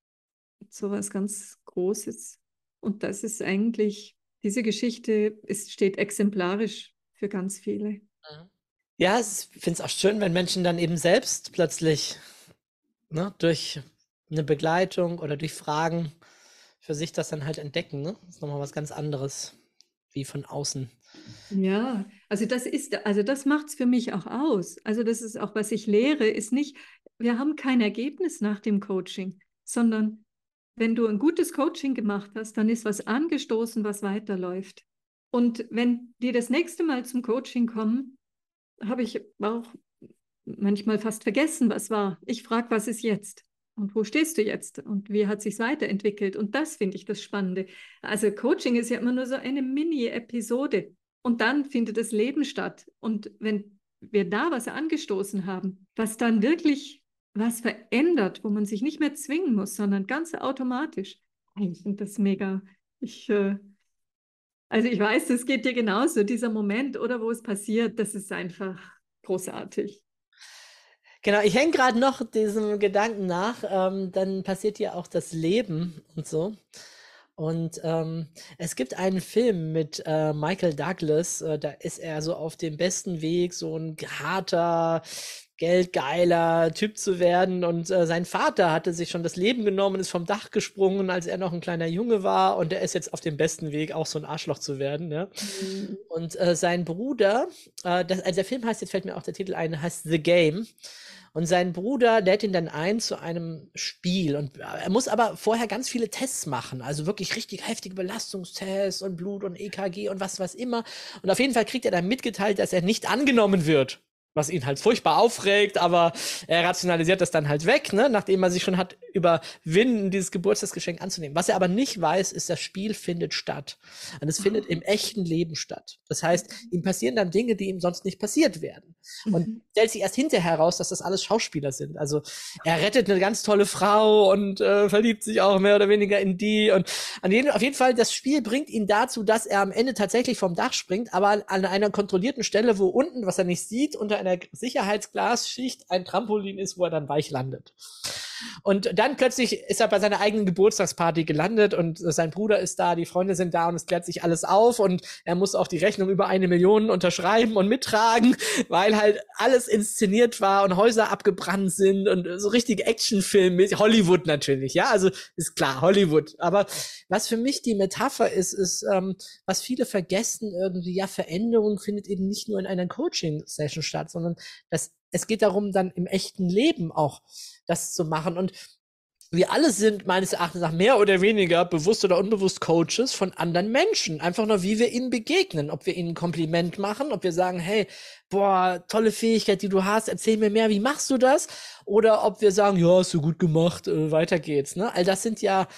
so was ganz Großes. Und das ist eigentlich, diese Geschichte ist, steht exemplarisch für ganz viele. Ja, ich finde es auch schön, wenn Menschen dann eben selbst plötzlich, ne, durch eine Begleitung oder durch Fragen für sich das dann halt entdecken. Ne? Das ist nochmal was ganz anderes, wie von außen. Ja, also das ist, also das macht es für mich auch aus. Also das ist auch, was ich lehre, ist nicht, wir haben kein Ergebnis nach dem Coaching, sondern wenn du ein gutes Coaching gemacht hast, dann ist was angestoßen, was weiterläuft. Und wenn die das nächste Mal zum Coaching kommen, habe ich auch manchmal fast vergessen, was war. Ich frage, was ist jetzt? Und wo stehst du jetzt? Und wie hat sich weiterentwickelt? Und das finde ich das Spannende. Also Coaching ist ja immer nur so eine Mini-Episode. Und dann findet das Leben statt. Und wenn wir da was angestoßen haben, was dann wirklich was verändert, wo man sich nicht mehr zwingen muss, sondern ganz automatisch. Ich finde das mega. Ich, äh, also ich weiß, das geht dir genauso, dieser Moment oder wo es passiert, das ist einfach großartig. Genau, ich hänge gerade noch diesem Gedanken nach, ähm, dann passiert ja auch das Leben und so. Und ähm, es gibt einen Film mit äh, Michael Douglas, äh, da ist er so auf dem besten Weg, so ein harter, geldgeiler Typ zu werden. Und äh, sein Vater hatte sich schon das Leben genommen, ist vom Dach gesprungen, als er noch ein kleiner Junge war. Und er ist jetzt auf dem besten Weg, auch so ein Arschloch zu werden. Ja? Mhm. Und äh, sein Bruder, äh, das, also der Film heißt, jetzt fällt mir auch der Titel ein, heißt The Game. Und sein Bruder lädt ihn dann ein zu einem Spiel. Und er muss aber vorher ganz viele Tests machen. Also wirklich richtig heftige Belastungstests und Blut und E K G und was was immer. Und auf jeden Fall kriegt er dann mitgeteilt, dass er nicht angenommen wird. Was ihn halt furchtbar aufregt, aber er rationalisiert das dann halt weg, ne, nachdem er sich schon hat überwinden, dieses Geburtstagsgeschenk anzunehmen. Was er aber nicht weiß, ist, das Spiel findet statt. Und es findet im echten Leben statt. Das heißt, ihm passieren dann Dinge, die ihm sonst nicht passiert werden. Und mhm. stellt sich erst hinterher heraus, dass das alles Schauspieler sind. Also er rettet eine ganz tolle Frau und äh, verliebt sich auch mehr oder weniger in die. Und an jeden, auf jeden Fall, das Spiel bringt ihn dazu, dass er am Ende tatsächlich vom Dach springt, aber an einer kontrollierten Stelle, wo unten, was er nicht sieht, unter einer Sicherheitsglasschicht ein Trampolin ist, wo er dann weich landet. Und dann plötzlich ist er bei seiner eigenen Geburtstagsparty gelandet und sein Bruder ist da, die Freunde sind da und es klärt sich alles auf und er muss auch die Rechnung über eine Million unterschreiben und mittragen, weil halt alles inszeniert war und Häuser abgebrannt sind und so richtig Actionfilm, Hollywood natürlich, ja, also ist klar, Hollywood. Aber was für mich die Metapher ist, ist, ähm, was viele vergessen irgendwie, ja, Veränderung findet eben nicht nur in einer Coaching-Session statt, sondern das, es geht darum, dann im echten Leben auch das zu machen. Und wir alle sind meines Erachtens nach mehr oder weniger bewusst oder unbewusst Coaches von anderen Menschen. Einfach nur, wie wir ihnen begegnen. Ob wir ihnen ein Kompliment machen, ob wir sagen, hey, boah, tolle Fähigkeit, die du hast, erzähl mir mehr, wie machst du das? Oder ob wir sagen, ja, hast du gut gemacht, äh, weiter geht's. Ne? All das sind ja,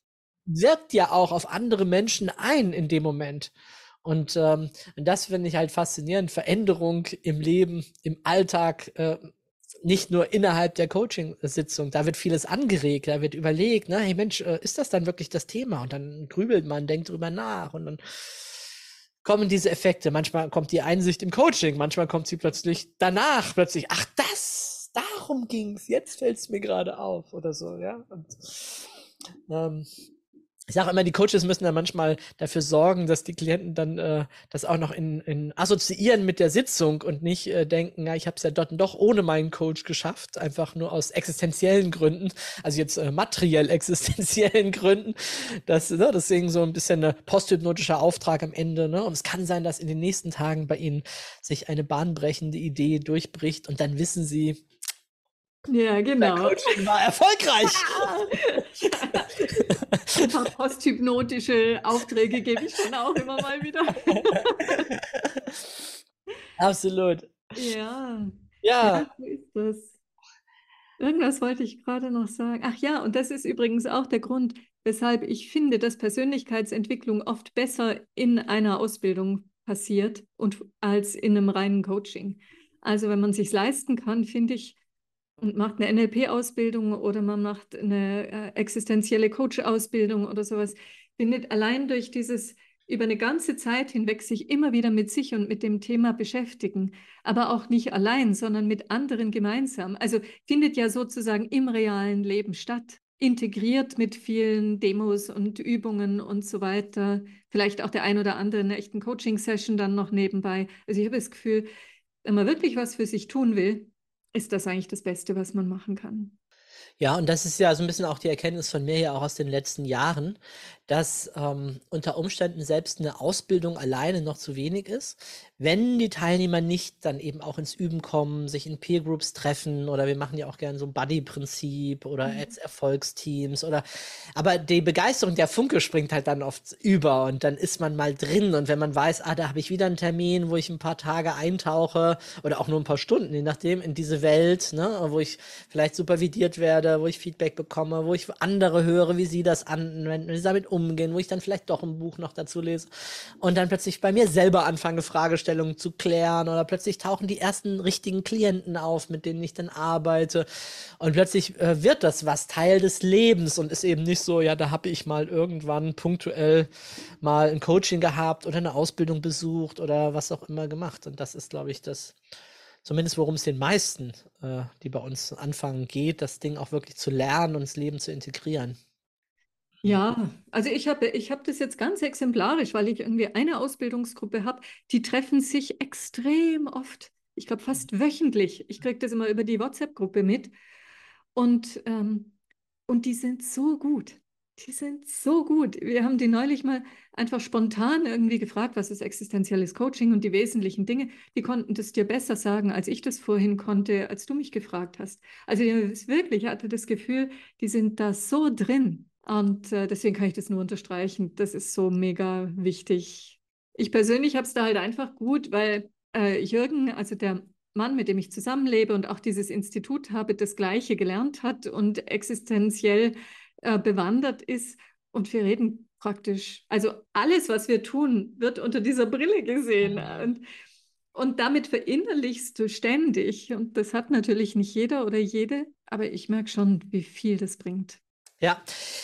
wirkt ja auch auf andere Menschen ein in dem Moment. Und ähm, das finde ich halt faszinierend. Veränderung im Leben, im Alltag, äh, nicht nur innerhalb der Coaching-Sitzung. Da wird vieles angeregt, da wird überlegt, ne, hey Mensch, äh, ist das dann wirklich das Thema? Und dann grübelt man, denkt drüber nach und dann kommen diese Effekte. Manchmal kommt die Einsicht im Coaching, manchmal kommt sie plötzlich danach, plötzlich, ach das, darum ging's, jetzt fällt's mir gerade auf oder so, ja. Und, ähm, Ich sage immer, die Coaches müssen dann manchmal dafür sorgen, dass die Klienten dann äh, das auch noch in, in assoziieren mit der Sitzung und nicht äh, denken, ja, ich habe es ja dort doch ohne meinen Coach geschafft, einfach nur aus existenziellen Gründen, also jetzt äh, materiell existenziellen Gründen. Das, ne, deswegen so ein bisschen ein posthypnotischer Auftrag am Ende. Ne? Und es kann sein, dass in den nächsten Tagen bei Ihnen sich eine bahnbrechende Idee durchbricht und dann wissen Sie, Ja, der genau. Coaching war erfolgreich. Ein paar posthypnotische Aufträge gebe ich schon auch immer mal wieder. Absolut. Ja, Ja, ja, so ist das. Irgendwas wollte ich gerade noch sagen. Ach ja, und das ist übrigens auch der Grund, weshalb ich finde, dass Persönlichkeitsentwicklung oft besser in einer Ausbildung passiert und als in einem reinen Coaching. Also wenn man sich leisten kann, finde ich, und macht eine N L P-Ausbildung oder man macht eine äh, existenzielle Coach-Ausbildung oder sowas, findet allein durch dieses über eine ganze Zeit hinweg sich immer wieder mit sich und mit dem Thema beschäftigen, aber auch nicht allein, sondern mit anderen gemeinsam. Also findet ja sozusagen im realen Leben statt, integriert mit vielen Demos und Übungen und so weiter. Vielleicht auch der ein oder andere eine echten Coaching-Session dann noch nebenbei. Also ich habe das Gefühl, wenn man wirklich was für sich tun will, ist das eigentlich das Beste, was man machen kann. Ja, und das ist ja so ein bisschen auch die Erkenntnis von mir ja auch aus den letzten Jahren, dass ähm, unter Umständen selbst eine Ausbildung alleine noch zu wenig ist, wenn die Teilnehmer nicht dann eben auch ins Üben kommen, sich in Peer Groups treffen oder wir machen ja auch gerne so ein Buddy-Prinzip oder Mhm. als Erfolgsteams oder aber die Begeisterung, der Funke springt halt dann oft über und dann ist man mal drin und wenn man weiß, ah, da habe ich wieder einen Termin, wo ich ein paar Tage eintauche oder auch nur ein paar Stunden, je nachdem, in diese Welt, ne, wo ich vielleicht supervidiert werde, wo ich Feedback bekomme, wo ich andere höre, wie sie das anwenden, wie sie damit umgehen, wo ich dann vielleicht doch ein Buch noch dazu lese und dann plötzlich bei mir selber anfange, Fragestellungen zu klären oder plötzlich tauchen die ersten richtigen Klienten auf, mit denen ich dann arbeite und plötzlich äh, wird das was Teil des Lebens und ist eben nicht so, ja, da habe ich mal irgendwann punktuell mal ein Coaching gehabt oder eine Ausbildung besucht oder was auch immer gemacht und das ist, glaube ich, das zumindest worum es den meisten, äh, die bei uns anfangen, geht, das Ding auch wirklich zu lernen und ins Leben zu integrieren. Ja, also ich habe ich hab das jetzt ganz exemplarisch, weil ich irgendwie eine Ausbildungsgruppe habe, die treffen sich extrem oft. Ich glaube fast wöchentlich. Ich kriege das immer über die WhatsApp-Gruppe mit. Und, ähm, und die sind so gut. Die sind so gut. Wir haben die neulich mal einfach spontan irgendwie gefragt, was ist existenzielles Coaching und die wesentlichen Dinge. Die konnten das dir besser sagen, als ich das vorhin konnte, als du mich gefragt hast. Also ich wirklich hatte das Gefühl, die sind da so drin. Und äh, deswegen kann ich das nur unterstreichen. Das ist so mega wichtig. Ich persönlich habe es da halt einfach gut, weil äh, Jürgen, also der Mann, mit dem ich zusammenlebe und auch dieses Institut habe, das Gleiche gelernt hat und existenziell äh, bewandert ist. Und wir reden praktisch, also alles, was wir tun, wird unter dieser Brille gesehen. Und, und damit verinnerlichst du ständig. Und das hat natürlich nicht jeder oder jede, aber ich merke schon, wie viel das bringt. Ja.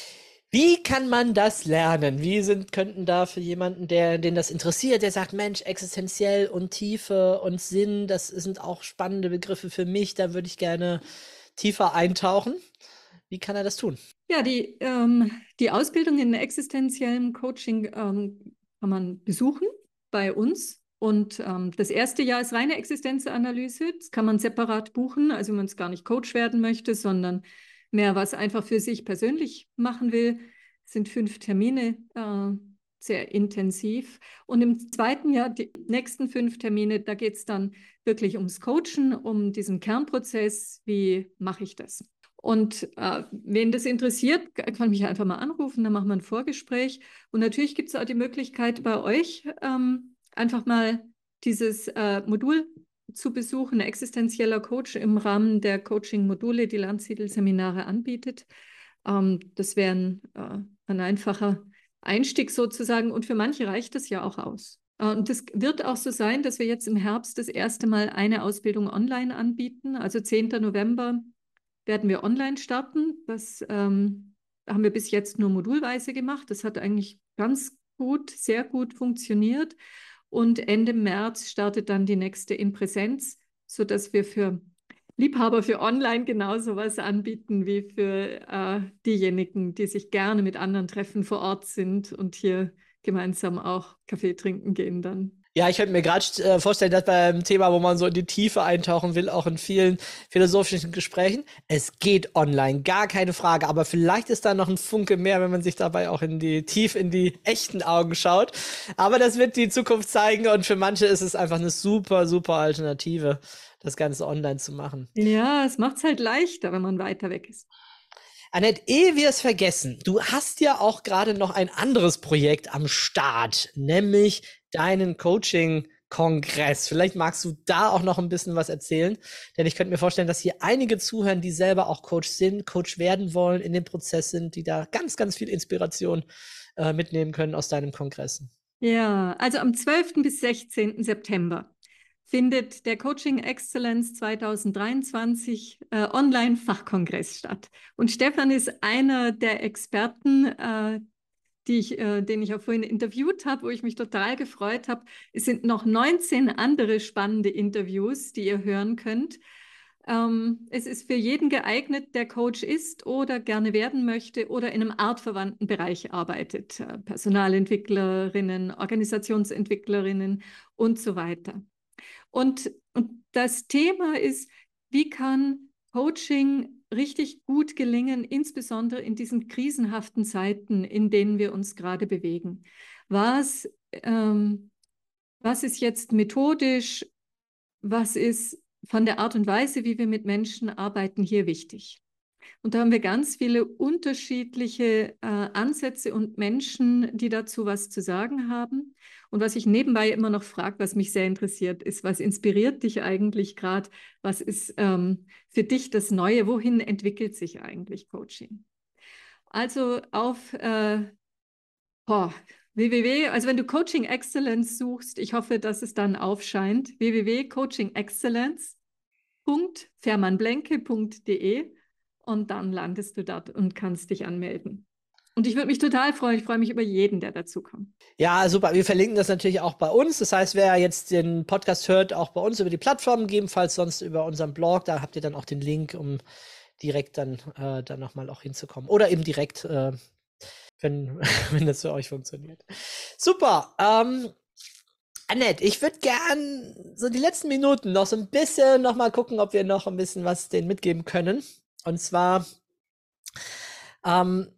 Wie kann man das lernen? Wie sind, könnten da für jemanden, der, den das interessiert, der sagt, Mensch, existenziell und Tiefe und Sinn, das sind auch spannende Begriffe für mich, da würde ich gerne tiefer eintauchen. Wie kann er das tun? Ja, die, ähm, die Ausbildung in existenziellem Coaching ähm, kann man besuchen bei uns. Und ähm, das erste Jahr ist reine Existenzanalyse. Das kann man separat buchen, also wenn man es gar nicht Coach werden möchte, sondern mehr was einfach für sich persönlich machen will. Es sind fünf Termine, äh, sehr intensiv. Und im zweiten Jahr, die nächsten fünf Termine, da geht es dann wirklich ums Coachen, um diesen Kernprozess. Wie mache ich das? Und äh, wen das interessiert, kann mich einfach mal anrufen, dann machen wir ein Vorgespräch. Und natürlich gibt es auch die Möglichkeit bei euch, ähm, einfach mal dieses äh, Modul zu besuchen, ein existenzieller Coach im Rahmen der Coaching-Module, die Landsiedel-Seminare anbietet. Ähm, das wäre ein, äh, ein einfacher Einstieg sozusagen. Und für manche reicht das ja auch aus. Äh, und das wird auch so sein, dass wir jetzt im Herbst das erste Mal eine Ausbildung online anbieten, also zehnten November werden wir online starten. Das ähm, haben wir bis jetzt nur modulweise gemacht. Das hat eigentlich ganz gut, sehr gut funktioniert. Und Ende März startet dann die nächste in Präsenz, sodass wir für Liebhaber für Online genauso was anbieten wie für äh, diejenigen, die sich gerne mit anderen treffen, vor Ort sind und hier gemeinsam auch Kaffee trinken gehen dann. Ja, ich könnte mir gerade äh, vorstellen, dass beim Thema, wo man so in die Tiefe eintauchen will, auch in vielen philosophischen Gesprächen, es geht online, gar keine Frage. Aber vielleicht ist da noch ein Funke mehr, wenn man sich dabei auch in die tief in die echten Augen schaut. Aber das wird die Zukunft zeigen und für manche ist es einfach eine super, super Alternative, das Ganze online zu machen. Ja, es macht es halt leichter, wenn man weiter weg ist. Annette, ehe wir es vergessen, du hast ja auch gerade noch ein anderes Projekt am Start, nämlich deinen Coaching-Kongress. Vielleicht magst du da auch noch ein bisschen was erzählen, denn ich könnte mir vorstellen, dass hier einige zuhören, die selber auch Coach sind, Coach werden wollen, in dem Prozess sind, die da ganz, ganz viel Inspiration äh, mitnehmen können aus deinem Kongress. Ja, also am zwölften bis sechzehnten September findet der Coaching Excellence zwanzig dreiundzwanzig äh, Online-Fachkongress statt. Und Stefan ist einer der Experten, äh, die ich, äh, den ich auch vorhin interviewt habe, wo ich mich total gefreut habe. Es sind noch neunzehn andere spannende Interviews, die ihr hören könnt. Ähm, es ist für jeden geeignet, der Coach ist oder gerne werden möchte oder in einem artverwandten Bereich arbeitet. Äh, Personalentwicklerinnen, Organisationsentwicklerinnen und so weiter. Und, und das Thema ist, wie kann Coaching richtig gut gelingen, insbesondere in diesen krisenhaften Zeiten, in denen wir uns gerade bewegen. Was, ähm, was ist jetzt methodisch, was ist von der Art und Weise, wie wir mit Menschen arbeiten, hier wichtig? Und da haben wir ganz viele unterschiedliche äh, Ansätze und Menschen, die dazu was zu sagen haben. Und was ich nebenbei immer noch frage, was mich sehr interessiert, ist, was inspiriert dich eigentlich gerade? Was ist ähm, für dich das Neue? Wohin entwickelt sich eigentlich Coaching? Also auf äh, oh, www, also wenn du Coaching Excellence suchst, ich hoffe, dass es dann aufscheint, w w w punkt coaching excellence punkt fährmann-blenke punkt de und dann landest du dort und kannst dich anmelden. Und ich würde mich total freuen. Ich freue mich über jeden, der dazu kommt. Ja, super. Wir verlinken das natürlich auch bei uns. Das heißt, wer jetzt den Podcast hört, auch bei uns über die Plattform, gegebenenfalls sonst über unseren Blog, da habt ihr dann auch den Link, um direkt dann, äh, dann nochmal auch hinzukommen. Oder eben direkt, äh, wenn, wenn das für euch funktioniert. Super. Ähm, Annette, ich würde gern so die letzten Minuten noch so ein bisschen noch mal gucken, ob wir noch ein bisschen was denen mitgeben können. Und zwar, ähm,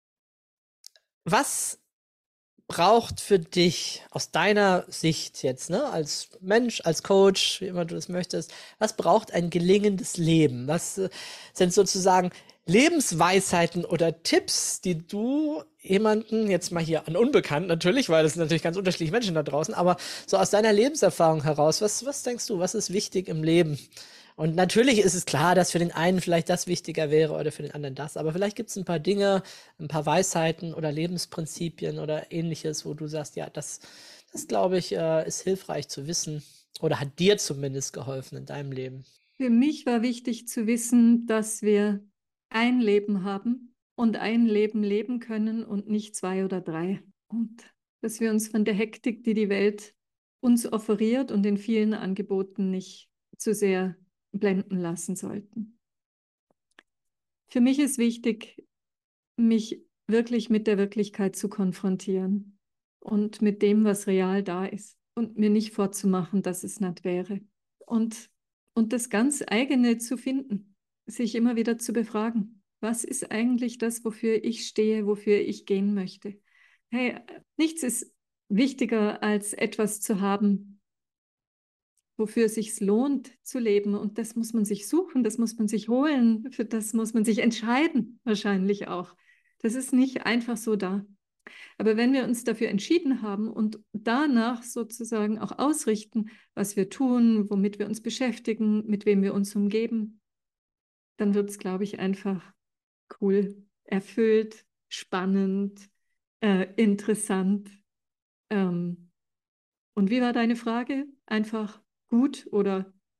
was braucht für dich aus deiner Sicht jetzt, ne, als Mensch, als Coach, wie immer du das möchtest, was braucht ein gelingendes Leben? Was äh, sind sozusagen Lebensweisheiten oder Tipps, die du jemanden, jetzt mal hier an Unbekannt natürlich, weil das sind natürlich ganz unterschiedliche Menschen da draußen, aber so aus deiner Lebenserfahrung heraus, was, was denkst du, was ist wichtig im Leben? Und natürlich ist es klar, dass für den einen vielleicht das wichtiger wäre oder für den anderen das, aber vielleicht gibt es ein paar Dinge, ein paar Weisheiten oder Lebensprinzipien oder ähnliches, wo du sagst, ja, das, das glaube ich, äh, ist hilfreich zu wissen oder hat dir zumindest geholfen in deinem Leben. Für mich war wichtig zu wissen, dass wir ein Leben haben und ein Leben leben können und nicht zwei oder drei. Und dass wir uns von der Hektik, die die Welt uns offeriert und den vielen Angeboten nicht zu sehr blenden lassen sollten. Für mich ist wichtig, mich wirklich mit der Wirklichkeit zu konfrontieren und mit dem, was real da ist und mir nicht vorzumachen, dass es nicht wäre. Und, und das ganz eigene zu finden, sich immer wieder zu befragen. Was ist eigentlich das, wofür ich stehe, wofür ich gehen möchte? Hey, nichts ist wichtiger, als etwas zu haben, wofür es sich lohnt zu leben. Und das muss man sich suchen, das muss man sich holen, für das muss man sich entscheiden, wahrscheinlich auch. Das ist nicht einfach so da. Aber wenn wir uns dafür entschieden haben und danach sozusagen auch ausrichten, was wir tun, womit wir uns beschäftigen, mit wem wir uns umgeben, dann wird es, glaube ich, einfach cool, erfüllt, spannend, äh, interessant. Ähm, und wie war deine Frage? Einfach gut oder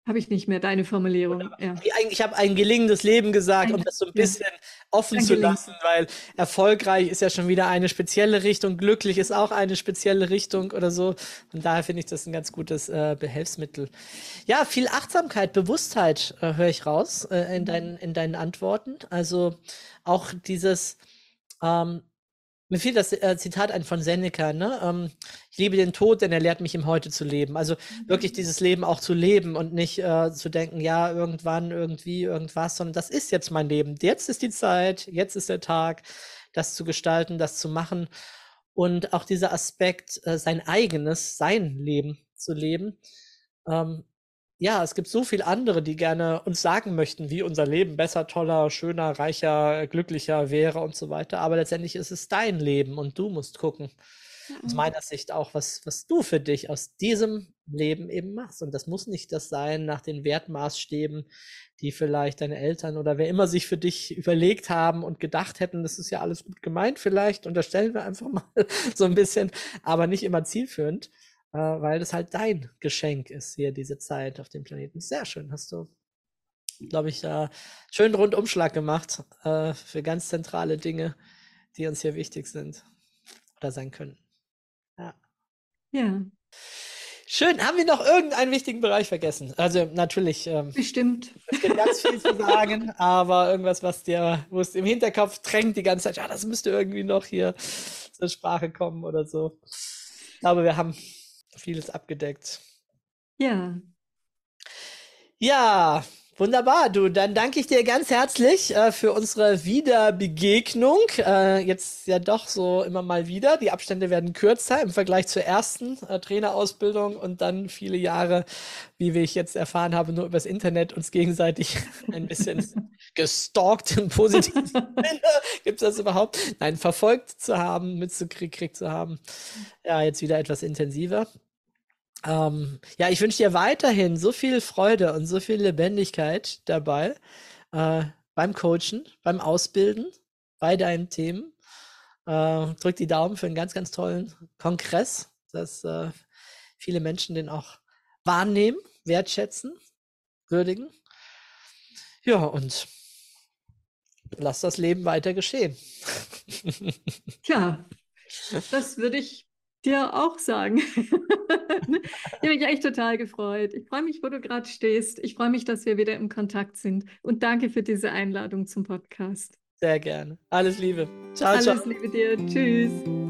Habe ich nicht mehr, deine Formulierung. Ja. Ich habe ein gelingendes Leben gesagt, um das so ein bisschen offen zu lassen, weil erfolgreich ist ja schon wieder eine spezielle Richtung, glücklich ist auch eine spezielle Richtung oder so. Und daher finde ich das ein ganz gutes äh, Behelfsmittel. Ja, viel Achtsamkeit, Bewusstheit äh, höre ich raus äh, in, deinen, in deinen Antworten. Also auch dieses, ähm, mir fiel das äh, Zitat ein von Seneca, ne? Ähm, ich liebe den Tod, denn er lehrt mich im Heute zu leben. Also wirklich dieses Leben auch zu leben und nicht äh, zu denken, ja, irgendwann, irgendwie, irgendwas, sondern das ist jetzt mein Leben. Jetzt ist die Zeit, jetzt ist der Tag, das zu gestalten, das zu machen. Und auch dieser Aspekt, äh, sein eigenes, sein Leben zu leben. Ähm, ja, es gibt so viele andere, die gerne uns sagen möchten, wie unser Leben besser, toller, schöner, reicher, glücklicher wäre und so weiter. Aber letztendlich ist es dein Leben und du musst gucken, aus meiner Sicht auch, was, was du für dich aus diesem Leben eben machst. Und das muss nicht das sein nach den Wertmaßstäben, die vielleicht deine Eltern oder wer immer sich für dich überlegt haben und gedacht hätten, das ist ja alles gut gemeint vielleicht, unterstellen wir einfach mal so ein bisschen, aber nicht immer zielführend. Weil das halt dein Geschenk ist hier, diese Zeit auf dem Planeten. Sehr schön, hast du, glaube ich, äh, schön Rundumschlag gemacht äh, für ganz zentrale Dinge, die uns hier wichtig sind oder sein können. Ja. Ja. Schön. Haben wir noch irgendeinen wichtigen Bereich vergessen? Also natürlich. Ähm, Bestimmt. Es gibt ganz viel zu sagen, aber irgendwas, was dir, wo es im Hinterkopf drängt die ganze Zeit, ja, das müsste irgendwie noch hier zur Sprache kommen oder so. Ich glaube, wir haben vieles abgedeckt. Ja. Ja, wunderbar. Du, dann danke ich dir ganz herzlich äh, für unsere Wiederbegegnung. Äh, jetzt ja doch so immer mal wieder. Die Abstände werden kürzer im Vergleich zur ersten äh, Trainerausbildung und dann viele Jahre, wie wir ich jetzt erfahren habe, nur übers Internet uns gegenseitig ein bisschen gestalkt im positiven Sinne. Gibt es das überhaupt? Nein, verfolgt zu haben, mitgekriegt zu haben. Ja, jetzt wieder etwas intensiver. Ähm, ja, ich wünsche dir weiterhin so viel Freude und so viel Lebendigkeit dabei, äh, beim Coachen, beim Ausbilden, bei deinen Themen. Äh, drück die Daumen für einen ganz, ganz tollen Kongress, dass äh, viele Menschen den auch wahrnehmen, wertschätzen, würdigen. Ja, und lass das Leben weiter geschehen. Tja, das würde ich dir auch sagen. Ich habe mich echt total gefreut. Ich freue mich, wo du gerade stehst. Ich freue mich, dass wir wieder im Kontakt sind. Und danke für diese Einladung zum Podcast. Sehr gerne. Alles Liebe. Ciao, ciao. Alles Liebe dir. Tschüss.